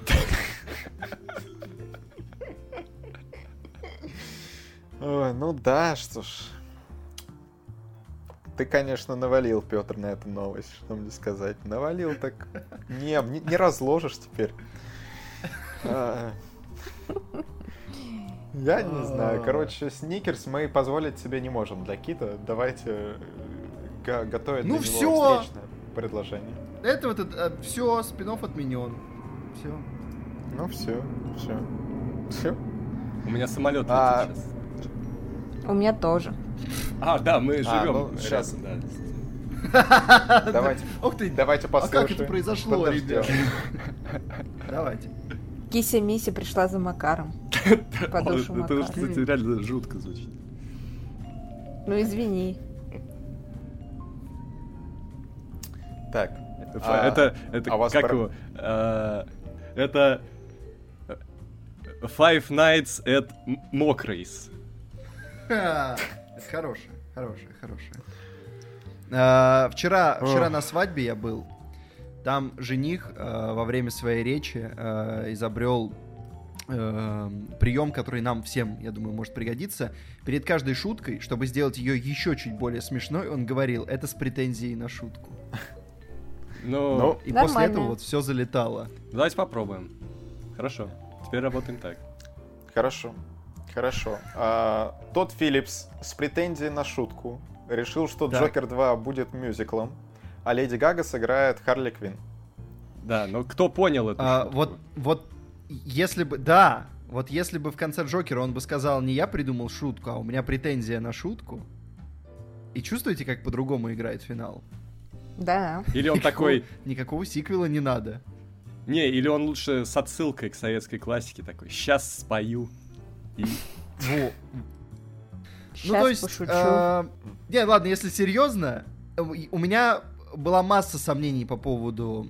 Ой, ну да, что ж. Ты, конечно, навалил, Петр, на эту новость, что мне сказать. Навалил так... Не, не, не разложишь теперь. А, Я не знаю. Короче, сникерс мы позволить себе не можем для Кита. Давайте го- готовить Ну для него всё! встречное предложение. Это вот это, все, спин-офф отменен. Все. Ну все, все. Все. У меня самолет А. летит сейчас. У меня тоже. А, да, мы А, живем ну, щас. рядом, да. Давайте, Ух ты, давайте а послушаем. как это произошло, Подождем. ребят? Давайте. Кися Мися пришла за Макаром. По душу Это уж, Макар. кстати, реально жутко звучит. Ну извини. Так. Это, это, это а у вас как про- его? А, это э, Five Nights at Mockray's. Ха, это хорошее, хорошее, хорошее. А, Вчера, вчера Ох. на свадьбе я был. Там жених э, во время своей речи э, изобрел э, прием, который нам всем, я думаю, может пригодиться. Перед каждой шуткой, чтобы сделать ее еще чуть более смешной, он говорил: это с претензией на шутку. Ну, Ну, И Нормально. после этого вот все залетало. давайте попробуем. Хорошо. Теперь работаем так. Хорошо, хорошо. А, Тодд Филлипс с претензией на шутку решил, что Так. Джокер два будет мюзиклом, а Леди Гага сыграет Харли Квинн. Да, но кто понял это? А, вот, вот, если бы, да, вот если бы в конце Джокера он бы сказал: не я придумал шутку, а у меня претензия на шутку. И чувствуете, как по-другому играет финал? Да. Или он такой... Никакого сиквела не надо. Не, или он лучше с отсылкой к советской классике такой. Сейчас спою. И... Во. Сейчас Ну, то есть, пошучу. э, не, ладно, если серьезно, э, у меня была масса сомнений по поводу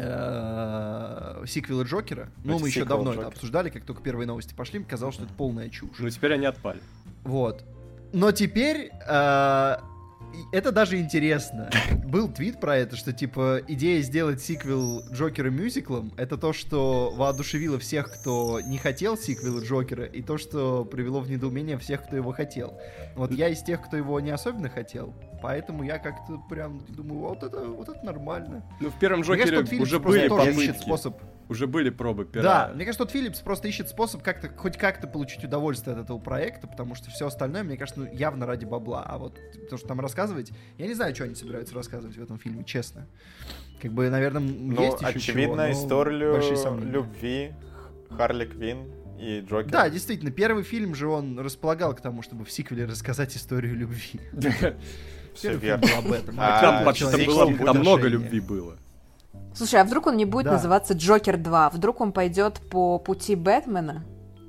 э, сиквела Джокера. Ну, Значит, мы еще сиквел давно это Джокера. обсуждали, как только первые новости пошли, мне казалось, что это полная чушь. Ну, теперь они отпали. Вот. Но теперь э, и это даже интересно. Был твит про это, что типа идея сделать сиквел Джокера мюзиклом — это то, что воодушевило всех, кто не хотел сиквела Джокера, и то, что привело в недоумение всех, кто его хотел. Вот я из тех, кто его не особенно хотел, поэтому я как-то прям думаю: вот это, вот это нормально. Ну, в первом Мне кажется, Джокере тот Филлипс уже просто были тоже ищет попытки. способ. Уже были пробы пера. Да, мне кажется, тот Филлипс просто ищет способ как-то, хоть как-то получить удовольствие от этого проекта, потому что все остальное, мне кажется, ну, явно ради бабла. А вот то, что там рассказывать, я не знаю, что они собираются рассказывать в этом фильме, честно. Как бы, наверное, Ну, есть еще очевидно, чего, но историю большие сомнения. любви Харли Квинн и Джокера. Да, действительно, первый фильм же он располагал к тому, чтобы в сиквеле рассказать историю любви. Все Первый верно. фильм был об этом. А, Там Человек вообще-то сиквел было, будет там много отношения. любви было. Слушай, а вдруг он не будет Да. называться Джокер два? Вдруг он пойдет по пути Бэтмена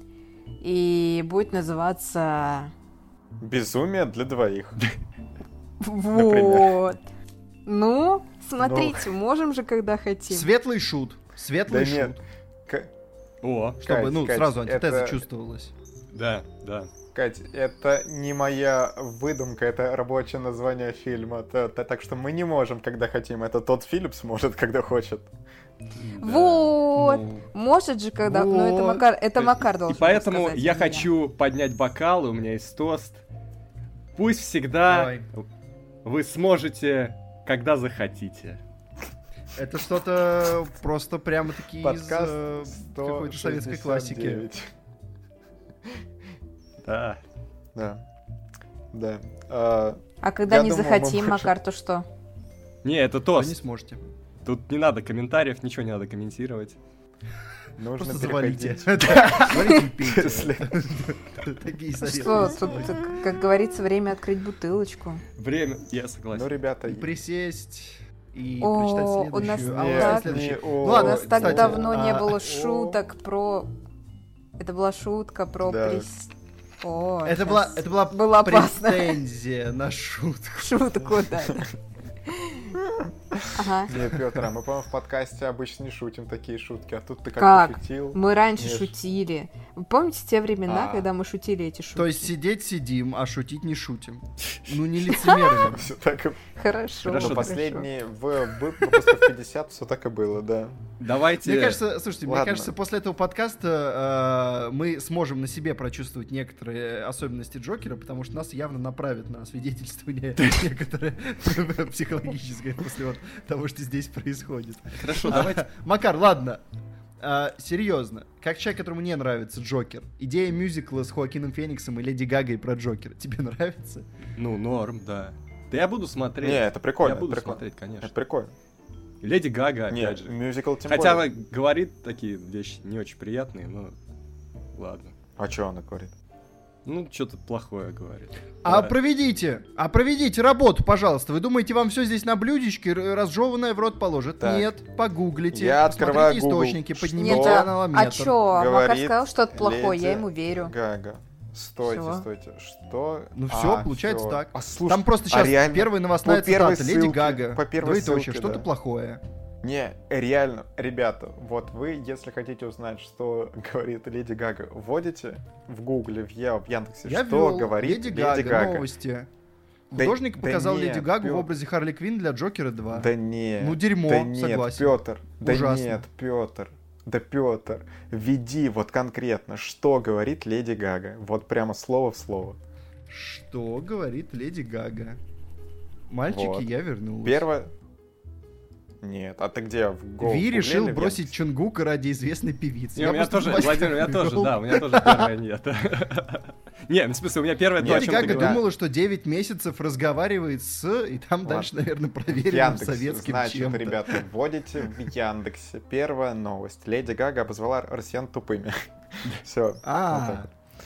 и будет называться... Безумие для двоих. Вот. Ну, смотрите, можем же, когда хотим. Светлый шут. Светлый Да нет. шут. К- Чтобы, Кать, ну, Кать, сразу антитеза это- чувствовалась. Да, да. Кать, это не моя выдумка, это рабочее название фильма. Т- т- Так что мы не можем, когда хотим. Это тот Филлипс может, когда хочет. Вот. Ну, Может же, когда... Ну, это Вот. Макар, это Макар И должен поэтому сказать, я не хочу поднять бокал, у меня есть тост. Пусть всегда Давай. вы сможете, когда захотите. Это что-то просто прямо-таки из Подкаст э, какой-то советской классики. сто шестьдесят девять. Да. Да. Да. А, А когда Я не думал, мы захотим, можем- Макар, то что? Не, это Вы тост. не сможете. Тут не надо комментариев, ничего не надо комментировать. нужно Просто завалите. переходить. Завалите и пейте. Если- Такие Что, советы. тут, как- как говорится, время открыть бутылочку. Время, я Ну, согласен. ребята, И присесть, и О, прочитать у нас следующую. А, нет, у нас так- следующий. не о, У Ладно, нас так кстати, давно не а, было о. шуток про... Это была шутка про... Да. прис- О, Это щас была, это была было опасно. претензия на шутку. Шутку, да. Ага. Не, Петр, а мы, по-моему, в подкасте обычно не шутим такие шутки, а тут ты как, Как? пошутил. Мы раньше Нет. шутили. Вы помните те времена, А. когда мы шутили эти шутки? То есть сидеть сидим, а шутить не шутим. Ну не лицемерно. Все так и... Хорошо. Хорошо, Ну, хорошо. последние в вы- выпусках пятьдесят все так и было, да. Давайте... Мне кажется, слушайте, мне Ладно. кажется, после этого подкаста э, мы сможем на себе прочувствовать некоторые особенности Джокера, потому что нас явно направят на свидетельствование некоторые психологическое после вот того, что здесь происходит. Хорошо, давайте... Макар, ладно. А, серьезно, как человек, которому не нравится Джокер, идея мюзикла с Хоакином Фениксом и Леди Гагой про Джокера тебе нравится? Ну, норм, да. Да я буду смотреть. Не, это прикольно. Я буду это прикольно. смотреть, конечно. Это прикольно. Леди Гага, опять Нет, же. мюзикл тем Хотя более. она говорит такие вещи не очень приятные, но ладно. А что она говорит? Ну, что-то плохое говорит. А Да. проведите, а проведите работу, пожалуйста. Вы думаете, вам все здесь на блюдечке р- разжеванное в рот положат? Так. Нет, погуглите, Я открываю посмотрите Google. источники, Что? поднимите Нет, Что? аналометр. а чё? Макар Говорит сказал что-то плохое, я леди ему верю. Гага. Стойте, Всё. стойте. Что? Ну всё, А, получается всё. так. А, слушай, Там просто а сейчас реально, первая новостная по первой цитата. Леди ссылке- Гага. по первой Двоеточие, ссылке, что-то да. плохое. Не, реально, ребята, вот вы, если хотите узнать, что говорит Леди Гага, вводите в Гугле, в, Я- в Яндексе, Я что ввел говорит Леди Леди Гага, Гага. новости. Да- Художник да показал нет, Леди Гагу в Пётр. образе Харли Квинн для Джокера два. Да нет. Ну, дерьмо, да нет, согласен. Петр, да Ужасно. нет, Петр, да Петр, введи вот конкретно, что говорит Леди Гага, вот прямо слово в слово. Что говорит Леди Гага? Мальчики, Вот. я вернулась. Первое... Нет, а ты где? В Go- Ви в решил Гугле или в бросить Яндексе? Чунгука ради известной певицы. Не, Я у меня просто тоже, мастер Владимир, у меня тоже, ввел. да, у меня тоже первое нет. Не, в смысле, у меня первое то, о Леди чем ты Гага говоришь. думала, что девять месяцев разговаривает с... И там Ладно. дальше, наверное, В проверенным Яндексе, советским значит, чем-то. ребята, вводите в Яндексе. Первая новость. Леди Гага обозвала россиян тупыми. Все. А,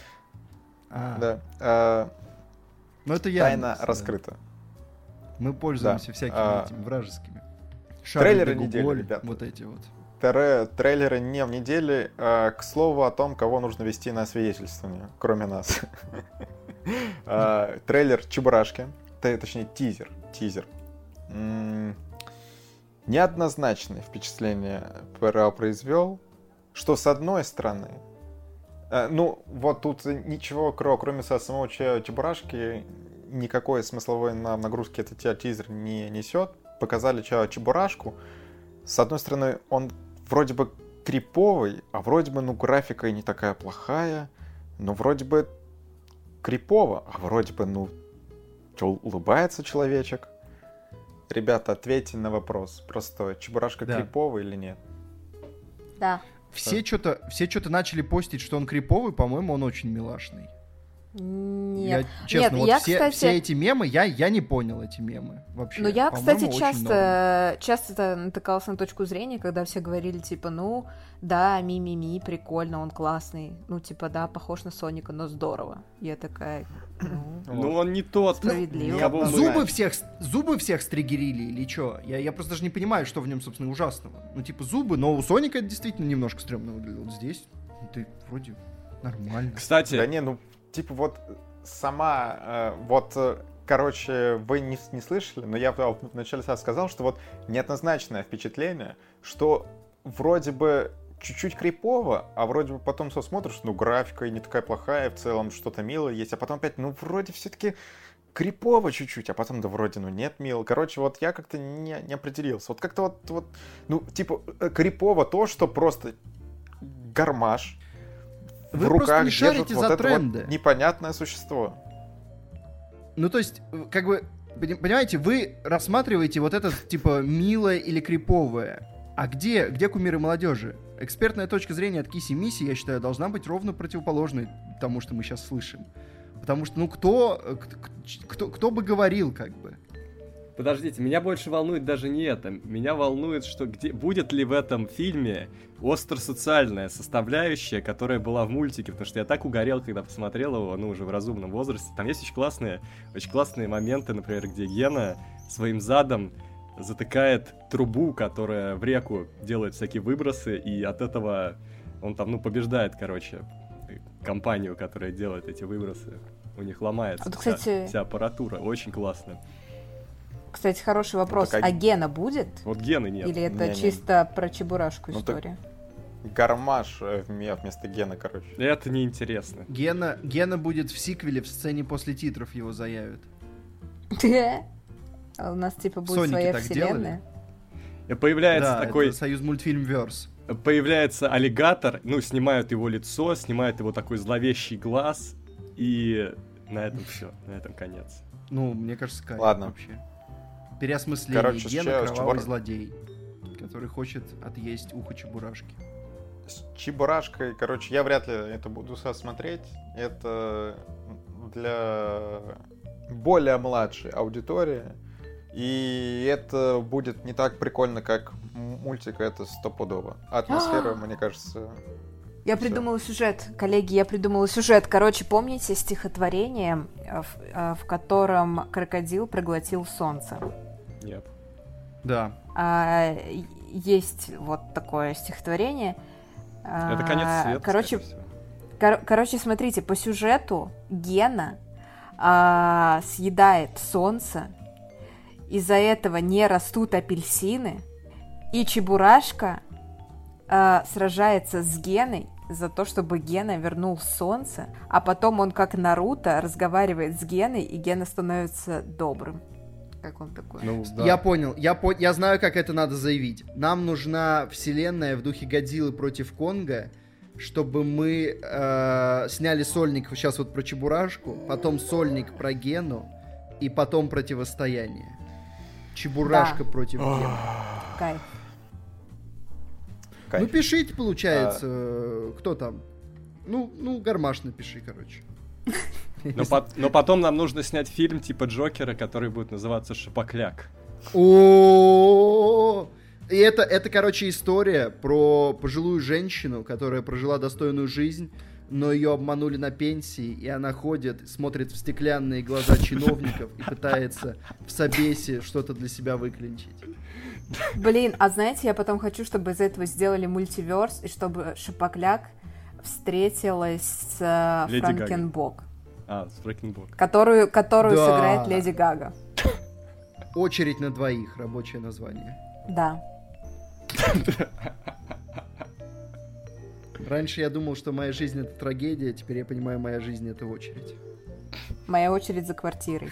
а. Да. Э, Ну это я. Тайна раскрыта. Мы пользуемся Да. всякими А. этими вражескими. Трейлеры Шарль де недели, Гуголь, ребята. Вот эти вот. Тре- Трейлеры не в неделе. Э, К слову о том, кого нужно вести на свидетельствование, кроме нас. Э, Трейлер Чебурашки. Т- Точнее, тизер. Тизер. М, Неоднозначное впечатление про- произвел, что с одной стороны, э, ну, вот тут ничего, кро- кроме со- самого Че- Чебурашки, никакой смысловой на- нагрузки этот те- тизер не несет. Показали Че- Чебурашку. С одной стороны, он вроде бы криповый, а вроде бы, ну, графика и не такая плохая, но вроде бы крипово, а вроде бы, ну, чё, улыбается человечек. Ребята, ответьте на вопрос простой. Чебурашка Да. криповый или нет? Да. Все что-то все что-то начали постить, что он криповый, по-моему, он очень милашный. Нет. Я, честно, Нет, вот я, все, кстати- все эти мемы, я, я не понял эти мемы вообще. Ну, я, По-моему, кстати, очень часто, часто натыкалась на точку зрения, когда все говорили, типа, ну, да, ми-ми-ми, прикольно, он классный. Ну, типа, да, похож на Соника, но здорово. Я такая, ну, Ну, он не тот, Справедливо. кого мы норм. Зубы знаем. всех, зубы всех стригерили или что? Я, я просто даже не понимаю, что в нем, собственно, ужасного. Ну, типа, зубы, но у Соника это действительно немножко стрёмно выглядело. Вот здесь, ну, ты вроде нормально. Кстати, Да не, ну, типа вот сама, э, вот, э, короче, вы не, не слышали, но я в в начале сказал, что вот неоднозначное впечатление, что вроде бы чуть-чуть крипово, а вроде бы потом все смотришь, ну, графика и не такая плохая, в целом что-то милое есть, а потом опять, ну, вроде все-таки крипово чуть-чуть, а потом, да, вроде, ну, нет, мило. Короче, вот я как-то не, не определился. Вот как-то вот, вот, ну, типа, э, крипово то, что просто гармаш в Вы просто руках не держит шарите вот за это тренды. вот непонятное существо. Ну, то есть, э, как бы, пони- понимаете, вы рассматриваете вот это, типа, милое или криповое. А где, где кумиры молодежи? Экспертная точка зрения от Киси Миси, я считаю, должна быть ровно противоположной тому, что мы сейчас слышим. Потому что, ну, кто, э, к- к- кто, кто бы говорил, как бы. подождите, меня больше волнует даже не это. Меня волнует, что где, будет ли в этом фильме остросоциальная составляющая, которая была в мультике, потому что я так угорел, когда посмотрел его, ну, уже в разумном возрасте. Там есть очень классные, очень классные моменты, например, где Гена своим задом затыкает трубу, которая в реку делает всякие выбросы, и от этого он там, ну, побеждает, короче, компанию, которая делает эти выбросы. У них ломается Вот, вся, кстати- вся аппаратура. Очень классно. Кстати, хороший вопрос. Ну, так, а... а Гена будет? Вот Гены нет. Или это Не-не. чисто про Чебурашку Ну, история? Гармаш вместо Гена, короче. Это неинтересно. Гена, Гена будет в сиквеле, в сцене после титров его заявят. А у нас типа будет Соники своя так вселенная. И появляется Да, такой... это Союз мультфильм Верс. Появляется аллигатор, ну, снимают его лицо, снимают его такой зловещий глаз, и на этом все, на этом конец. Ну, мне кажется, кайф Ладно. вообще. Переосмысление. Короче, Гена сейчас кровавый Чебура- злодей, который хочет отъесть ухо Чебурашки. С Чебурашкой, короче, я вряд ли это буду смотреть. Это для более младшей аудитории. И это будет не так прикольно, как мультик, это стопудово. Атмосфера, мне кажется... Я Всё. придумала сюжет, коллеги, я придумала сюжет. Короче, помните стихотворение, в, в котором крокодил проглотил солнце? Нет. Да. А, есть вот такое стихотворение. Это конец А, света, Короче, скорее всего. кор- короче, смотрите, по сюжету Гена а, съедает солнце, из-за этого не растут апельсины, и Чебурашка а, сражается с Геной за то, чтобы Гена вернул солнце, а потом он, как Наруто, разговаривает с Геной, и Гена становится добрым. Как он такой? Ну, да. Я понял, я, по... я знаю, как это надо заявить. Нам нужна вселенная в духе Годзиллы против Конга, чтобы мы э, сняли сольник сейчас вот про Чебурашку, потом сольник про Гену, и потом противостояние. Чебурашка Да. против Гены. Кайф. Кайф. Ну, пишите, получается, э, кто там? Ну, ну, Гармаш напиши, короче. Но, пот- но потом нам нужно снять фильм типа Джокера, который будет называться «Шапокляк». О, и это, это, короче, история про пожилую женщину, которая прожила достойную жизнь, но ее обманули на пенсии, и она ходит, смотрит в стеклянные глаза чиновников и пытается в собесе что-то для себя выклинчить. Блин, а знаете, я потом хочу, чтобы из этого сделали мультиверс, и чтобы Шапокляк встретилась с э, Леди Гага. Франкенбок, А, с Фрэкенбок. которую, которую Да. сыграет Леди Гага. Очередь на двоих, рабочее название. Да. Раньше я думал, что моя жизнь — это трагедия, теперь я понимаю, моя жизнь — это очередь. Моя очередь за квартирой.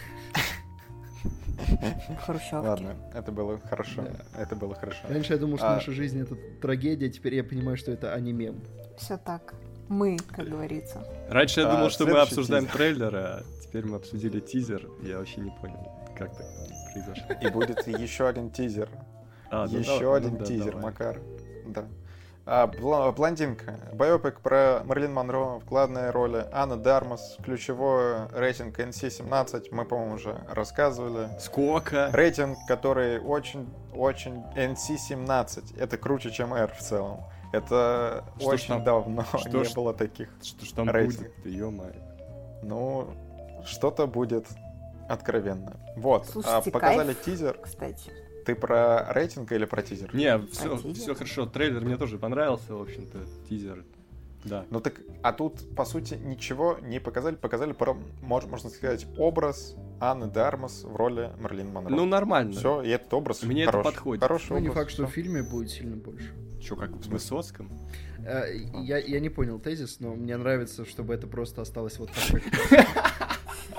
В Хрущевке. Ладно, это было хорошо. Да. Это было хорошо. Раньше я думал, что А. наша жизнь — это трагедия, теперь я понимаю, что это аниме. Все так. Мы, как говорится. Раньше я А, думал, что мы следующий обсуждаем тизер. трейлер, а теперь мы обсудили тизер. Я вообще не понял, как так произошло. И будет еще один тизер. А, ну Еще да, один ну да, тизер, давай. Макар. Да. А, бла- блондинка. Байопик про Мэрилин Монро в главной роли. Анна Дармас. Ключевой рейтинг эн си семнадцать. Мы, по-моему, уже рассказывали. Сколько? Рейтинг, который очень-очень эн си семнадцать. Это круче, чем R в целом. Это Что ж очень там- давно что не ж- было таких. Что ж там Рейтинг. будет? Ё-моё. Ну, что-то будет откровенно. Вот. Слушайте, а показали кайф. тизер. Кстати. Ты про рейтинг или про тизер? Не, все, тизер? все хорошо. Трейлер мне тоже понравился, в общем-то, тизер. Да. Ну так, а тут, по сути, ничего не показали. Показали, про, мож- можно сказать, образ Анны Дармас в роли Мэрилин Монро. Ну, нормально. Все, и этот образ Мне это хороший. подходит. Хороший Ну, не образ, факт, что в всё. фильме будет сильно больше. Че, как в Высоцком? Э, Я, я не понял тезис, но мне нравится, чтобы это просто осталось вот так. как-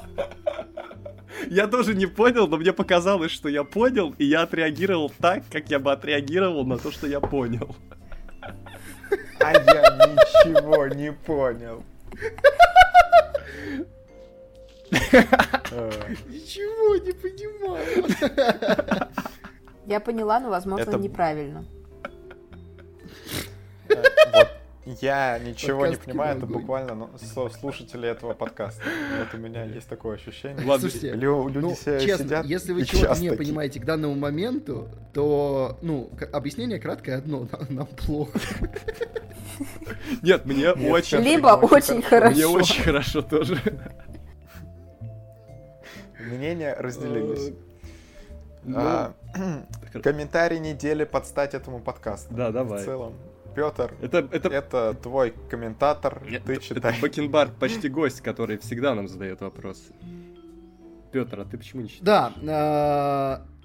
Я тоже не понял, но мне показалось, что я понял, и я отреагировал так, как я бы отреагировал на то, что я понял. А я ничего не понял. Э, Ничего не понимаю. Я поняла, но, возможно, Это- неправильно. э, вот Я ничего не Подкаст понимаю, это «Киноогонь». буквально ну, со- слушатели этого подкаста. Вот у меня есть такое ощущение. Ладно, Слушайте, Лю- люди ну, себе честно, сидят если вы и чего-то час не такие. понимаете к данному моменту, то, ну, к- объяснение краткое одно, нам, нам плохо. Нет, мне Нет, очень... это Либо очень очень хорошо. Мне хорошо. очень хорошо тоже. Мнения разделились. Ну, А, хр- Комментарий недели под стать этому подкасту. Да, давай. В целом. Петр, Это, это, это твой комментатор, ты это читай. Бакенбард почти гость, который всегда нам задает вопросы. Петр, а ты почему не читаешь? Да, а,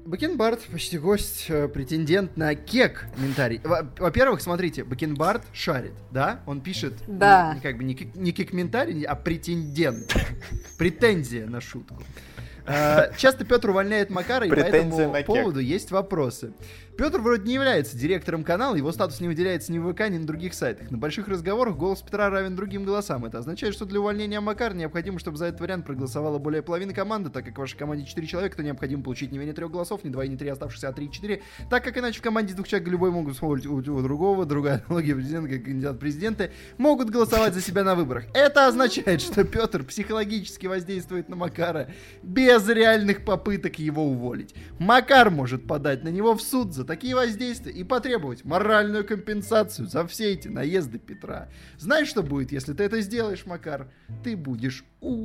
Бакенбард, почти гость, э, претендент на кек-комментарий. Во- Во-первых, смотрите, Бакенбард шарит, да? Он пишет, Да. не, не как бы не, кек- не кек-комментарий, а претендент. Претензия на шутку. Э, Часто Петр увольняет Макара, и по Претензия этому на кек. поводу есть вопросы. Петр вроде не является директором канала, его статус не выделяется ни в ВК, ни на других сайтах. На больших разговорах голос Петра равен другим голосам. Это означает, что для увольнения Макара необходимо, чтобы за этот вариант проголосовало более половины команды, так как в вашей команде четыре человека, то необходимо получить не менее трех голосов, не два и не три оставшихся, а три и четыре. Так как иначе в команде двух человек любой могут вспомнить у, у другого, другая аналогия президента, как кандидат в президенты, могут голосовать за себя на выборах. Это означает, что Петр психологически воздействует на Макара без реальных попыток его уволить. Макар может подать на него в суд за такие воздействия и потребовать моральную компенсацию за все эти наезды Петра. Знаешь, что будет, если ты это сделаешь, Макар? Ты будешь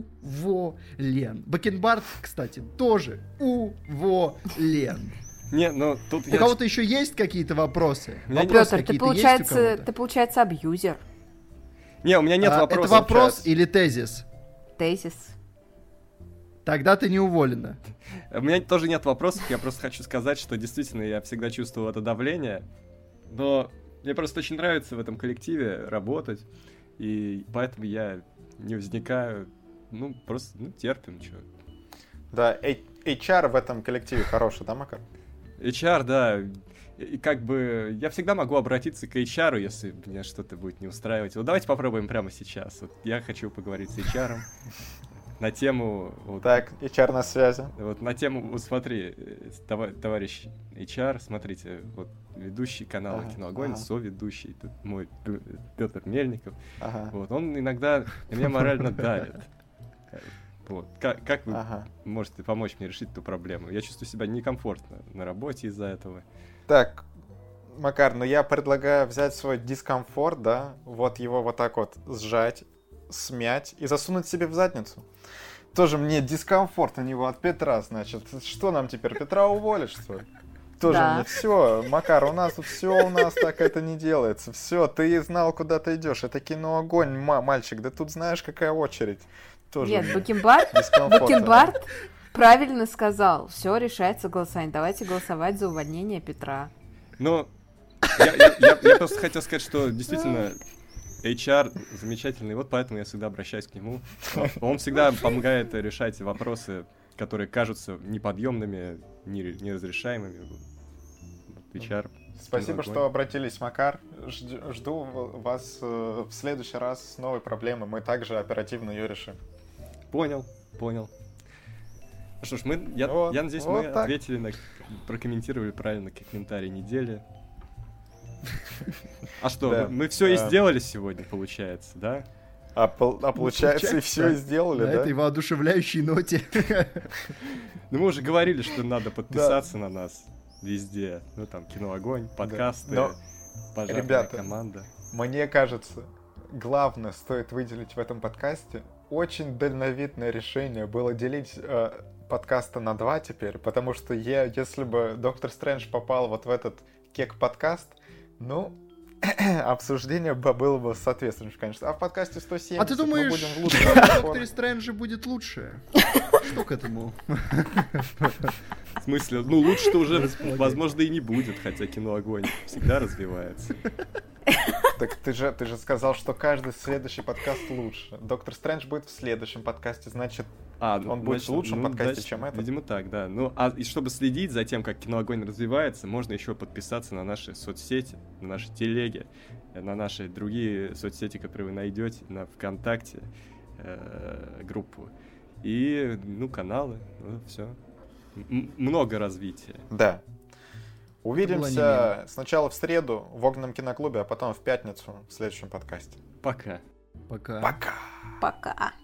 уволен. Бакенбард, кстати, тоже уволен. Не, ну тут У я... кого-то еще есть какие-то вопросы? У меня нет- Вопросы Петр, ты какие-то есть у получается, кого-то? ты получается абьюзер. Не, у меня нет А, вопросов. Это вопрос сейчас. или тезис? Тезис. Тогда ты не уволена. У меня тоже нет вопросов, я просто хочу сказать, что действительно я всегда чувствовал это давление, но мне просто очень нравится в этом коллективе работать, и поэтому я не возникаю, ну, просто, ну, терпим, чё. Да, эйч ар в этом коллективе хороший, да, Макар? эйч ар, да, и как бы я всегда могу обратиться к эйч ар, если меня что-то будет не устраивать. Вот давайте попробуем прямо сейчас. Вот я хочу поговорить с эйч ар на тему... Вот, Так, эйч ар на связи. Вот на тему, вот смотри, э, това- товарищ эйч ар, смотрите, вот ведущий канала Ага, «Киноогонь», ага. соведущий, тут мой Петр Мельников, Ага. вот, он иногда на меня морально давит. Э, Вот, как, как вы Ага. можете помочь мне решить эту проблему? Я чувствую себя некомфортно на работе из-за этого. Так, Макар, ну я предлагаю взять свой дискомфорт, да, вот его вот так вот сжать, смять и засунуть себе в задницу. Тоже мне дискомфорт у него от Петра, значит. Что нам теперь, Петра уволишь, что ли? Тоже Да. мне все, Макар, у нас тут все у нас так это не делается. Все, ты знал, куда ты идешь. Это кино огонь, ма- мальчик. Да тут знаешь, какая очередь. Тоже Нет, мне Бакенбард, дискомфорт. Бакенбард правильно сказал. Все решается голосованием. Давайте голосовать за увольнение Петра. Но я, я- я- я просто хотел сказать, что действительно эйч ар замечательный, вот поэтому я всегда обращаюсь к нему. Он всегда помогает решать вопросы, которые кажутся неподъемными, нере- неразрешаемыми. Вот эйч ар. Спасибо, Огонь. что обратились, Макар. Жд- Жду вас э, в следующий раз с новой проблемой. Мы также оперативно ее решим. Понял, понял. Ну что ж, мы, я, Вот, я надеюсь, вот мы так. ответили, на, прокомментировали правильно комментарий недели. А что, Да. мы, все и А. сделали сегодня, получается, да? А, пол- а получается, и получается, все да. сделали, На да? этой воодушевляющей ноте. Ну мы уже говорили, что надо подписаться на нас везде. Ну там Кино Огонь, подкасты, Но, пожарная ребята, команда. Мне кажется, главное стоит выделить в этом подкасте. Очень дальновидное решение было делить э, подкасты на два теперь, потому что я, если бы Доктор Стрэндж попал вот в этот кек-подкаст, ну, обсуждение бы было бы соответствующим, конечно. А в подкасте сто семьдесят А ты мы думаешь, будем в в лучшей Докторе форме. Стрэндже будет лучше? Что к этому? В смысле, ну лучше-то уже, Располагай. возможно, и не будет, хотя Кино Огонь всегда развивается. Так ты же, ты же сказал, что каждый следующий подкаст лучше. Доктор Стрэндж будет в следующем подкасте, значит, А, ну, Он будет значит, в лучшем ну, подкасте, значит, чем этот? Видимо, так, да. Ну, а и чтобы следить за тем, как Кино Огонь развивается, можно еще подписаться на наши соцсети, на наши телеги, э, на наши другие соцсети, которые вы найдете, на ВКонтакте э, группу. И, ну, каналы, ну, все. Много развития. да. было Увидимся сначала в среду в Огненном киноклубе, а потом в пятницу в следующем подкасте. Пока. Пока. Пока! Пока.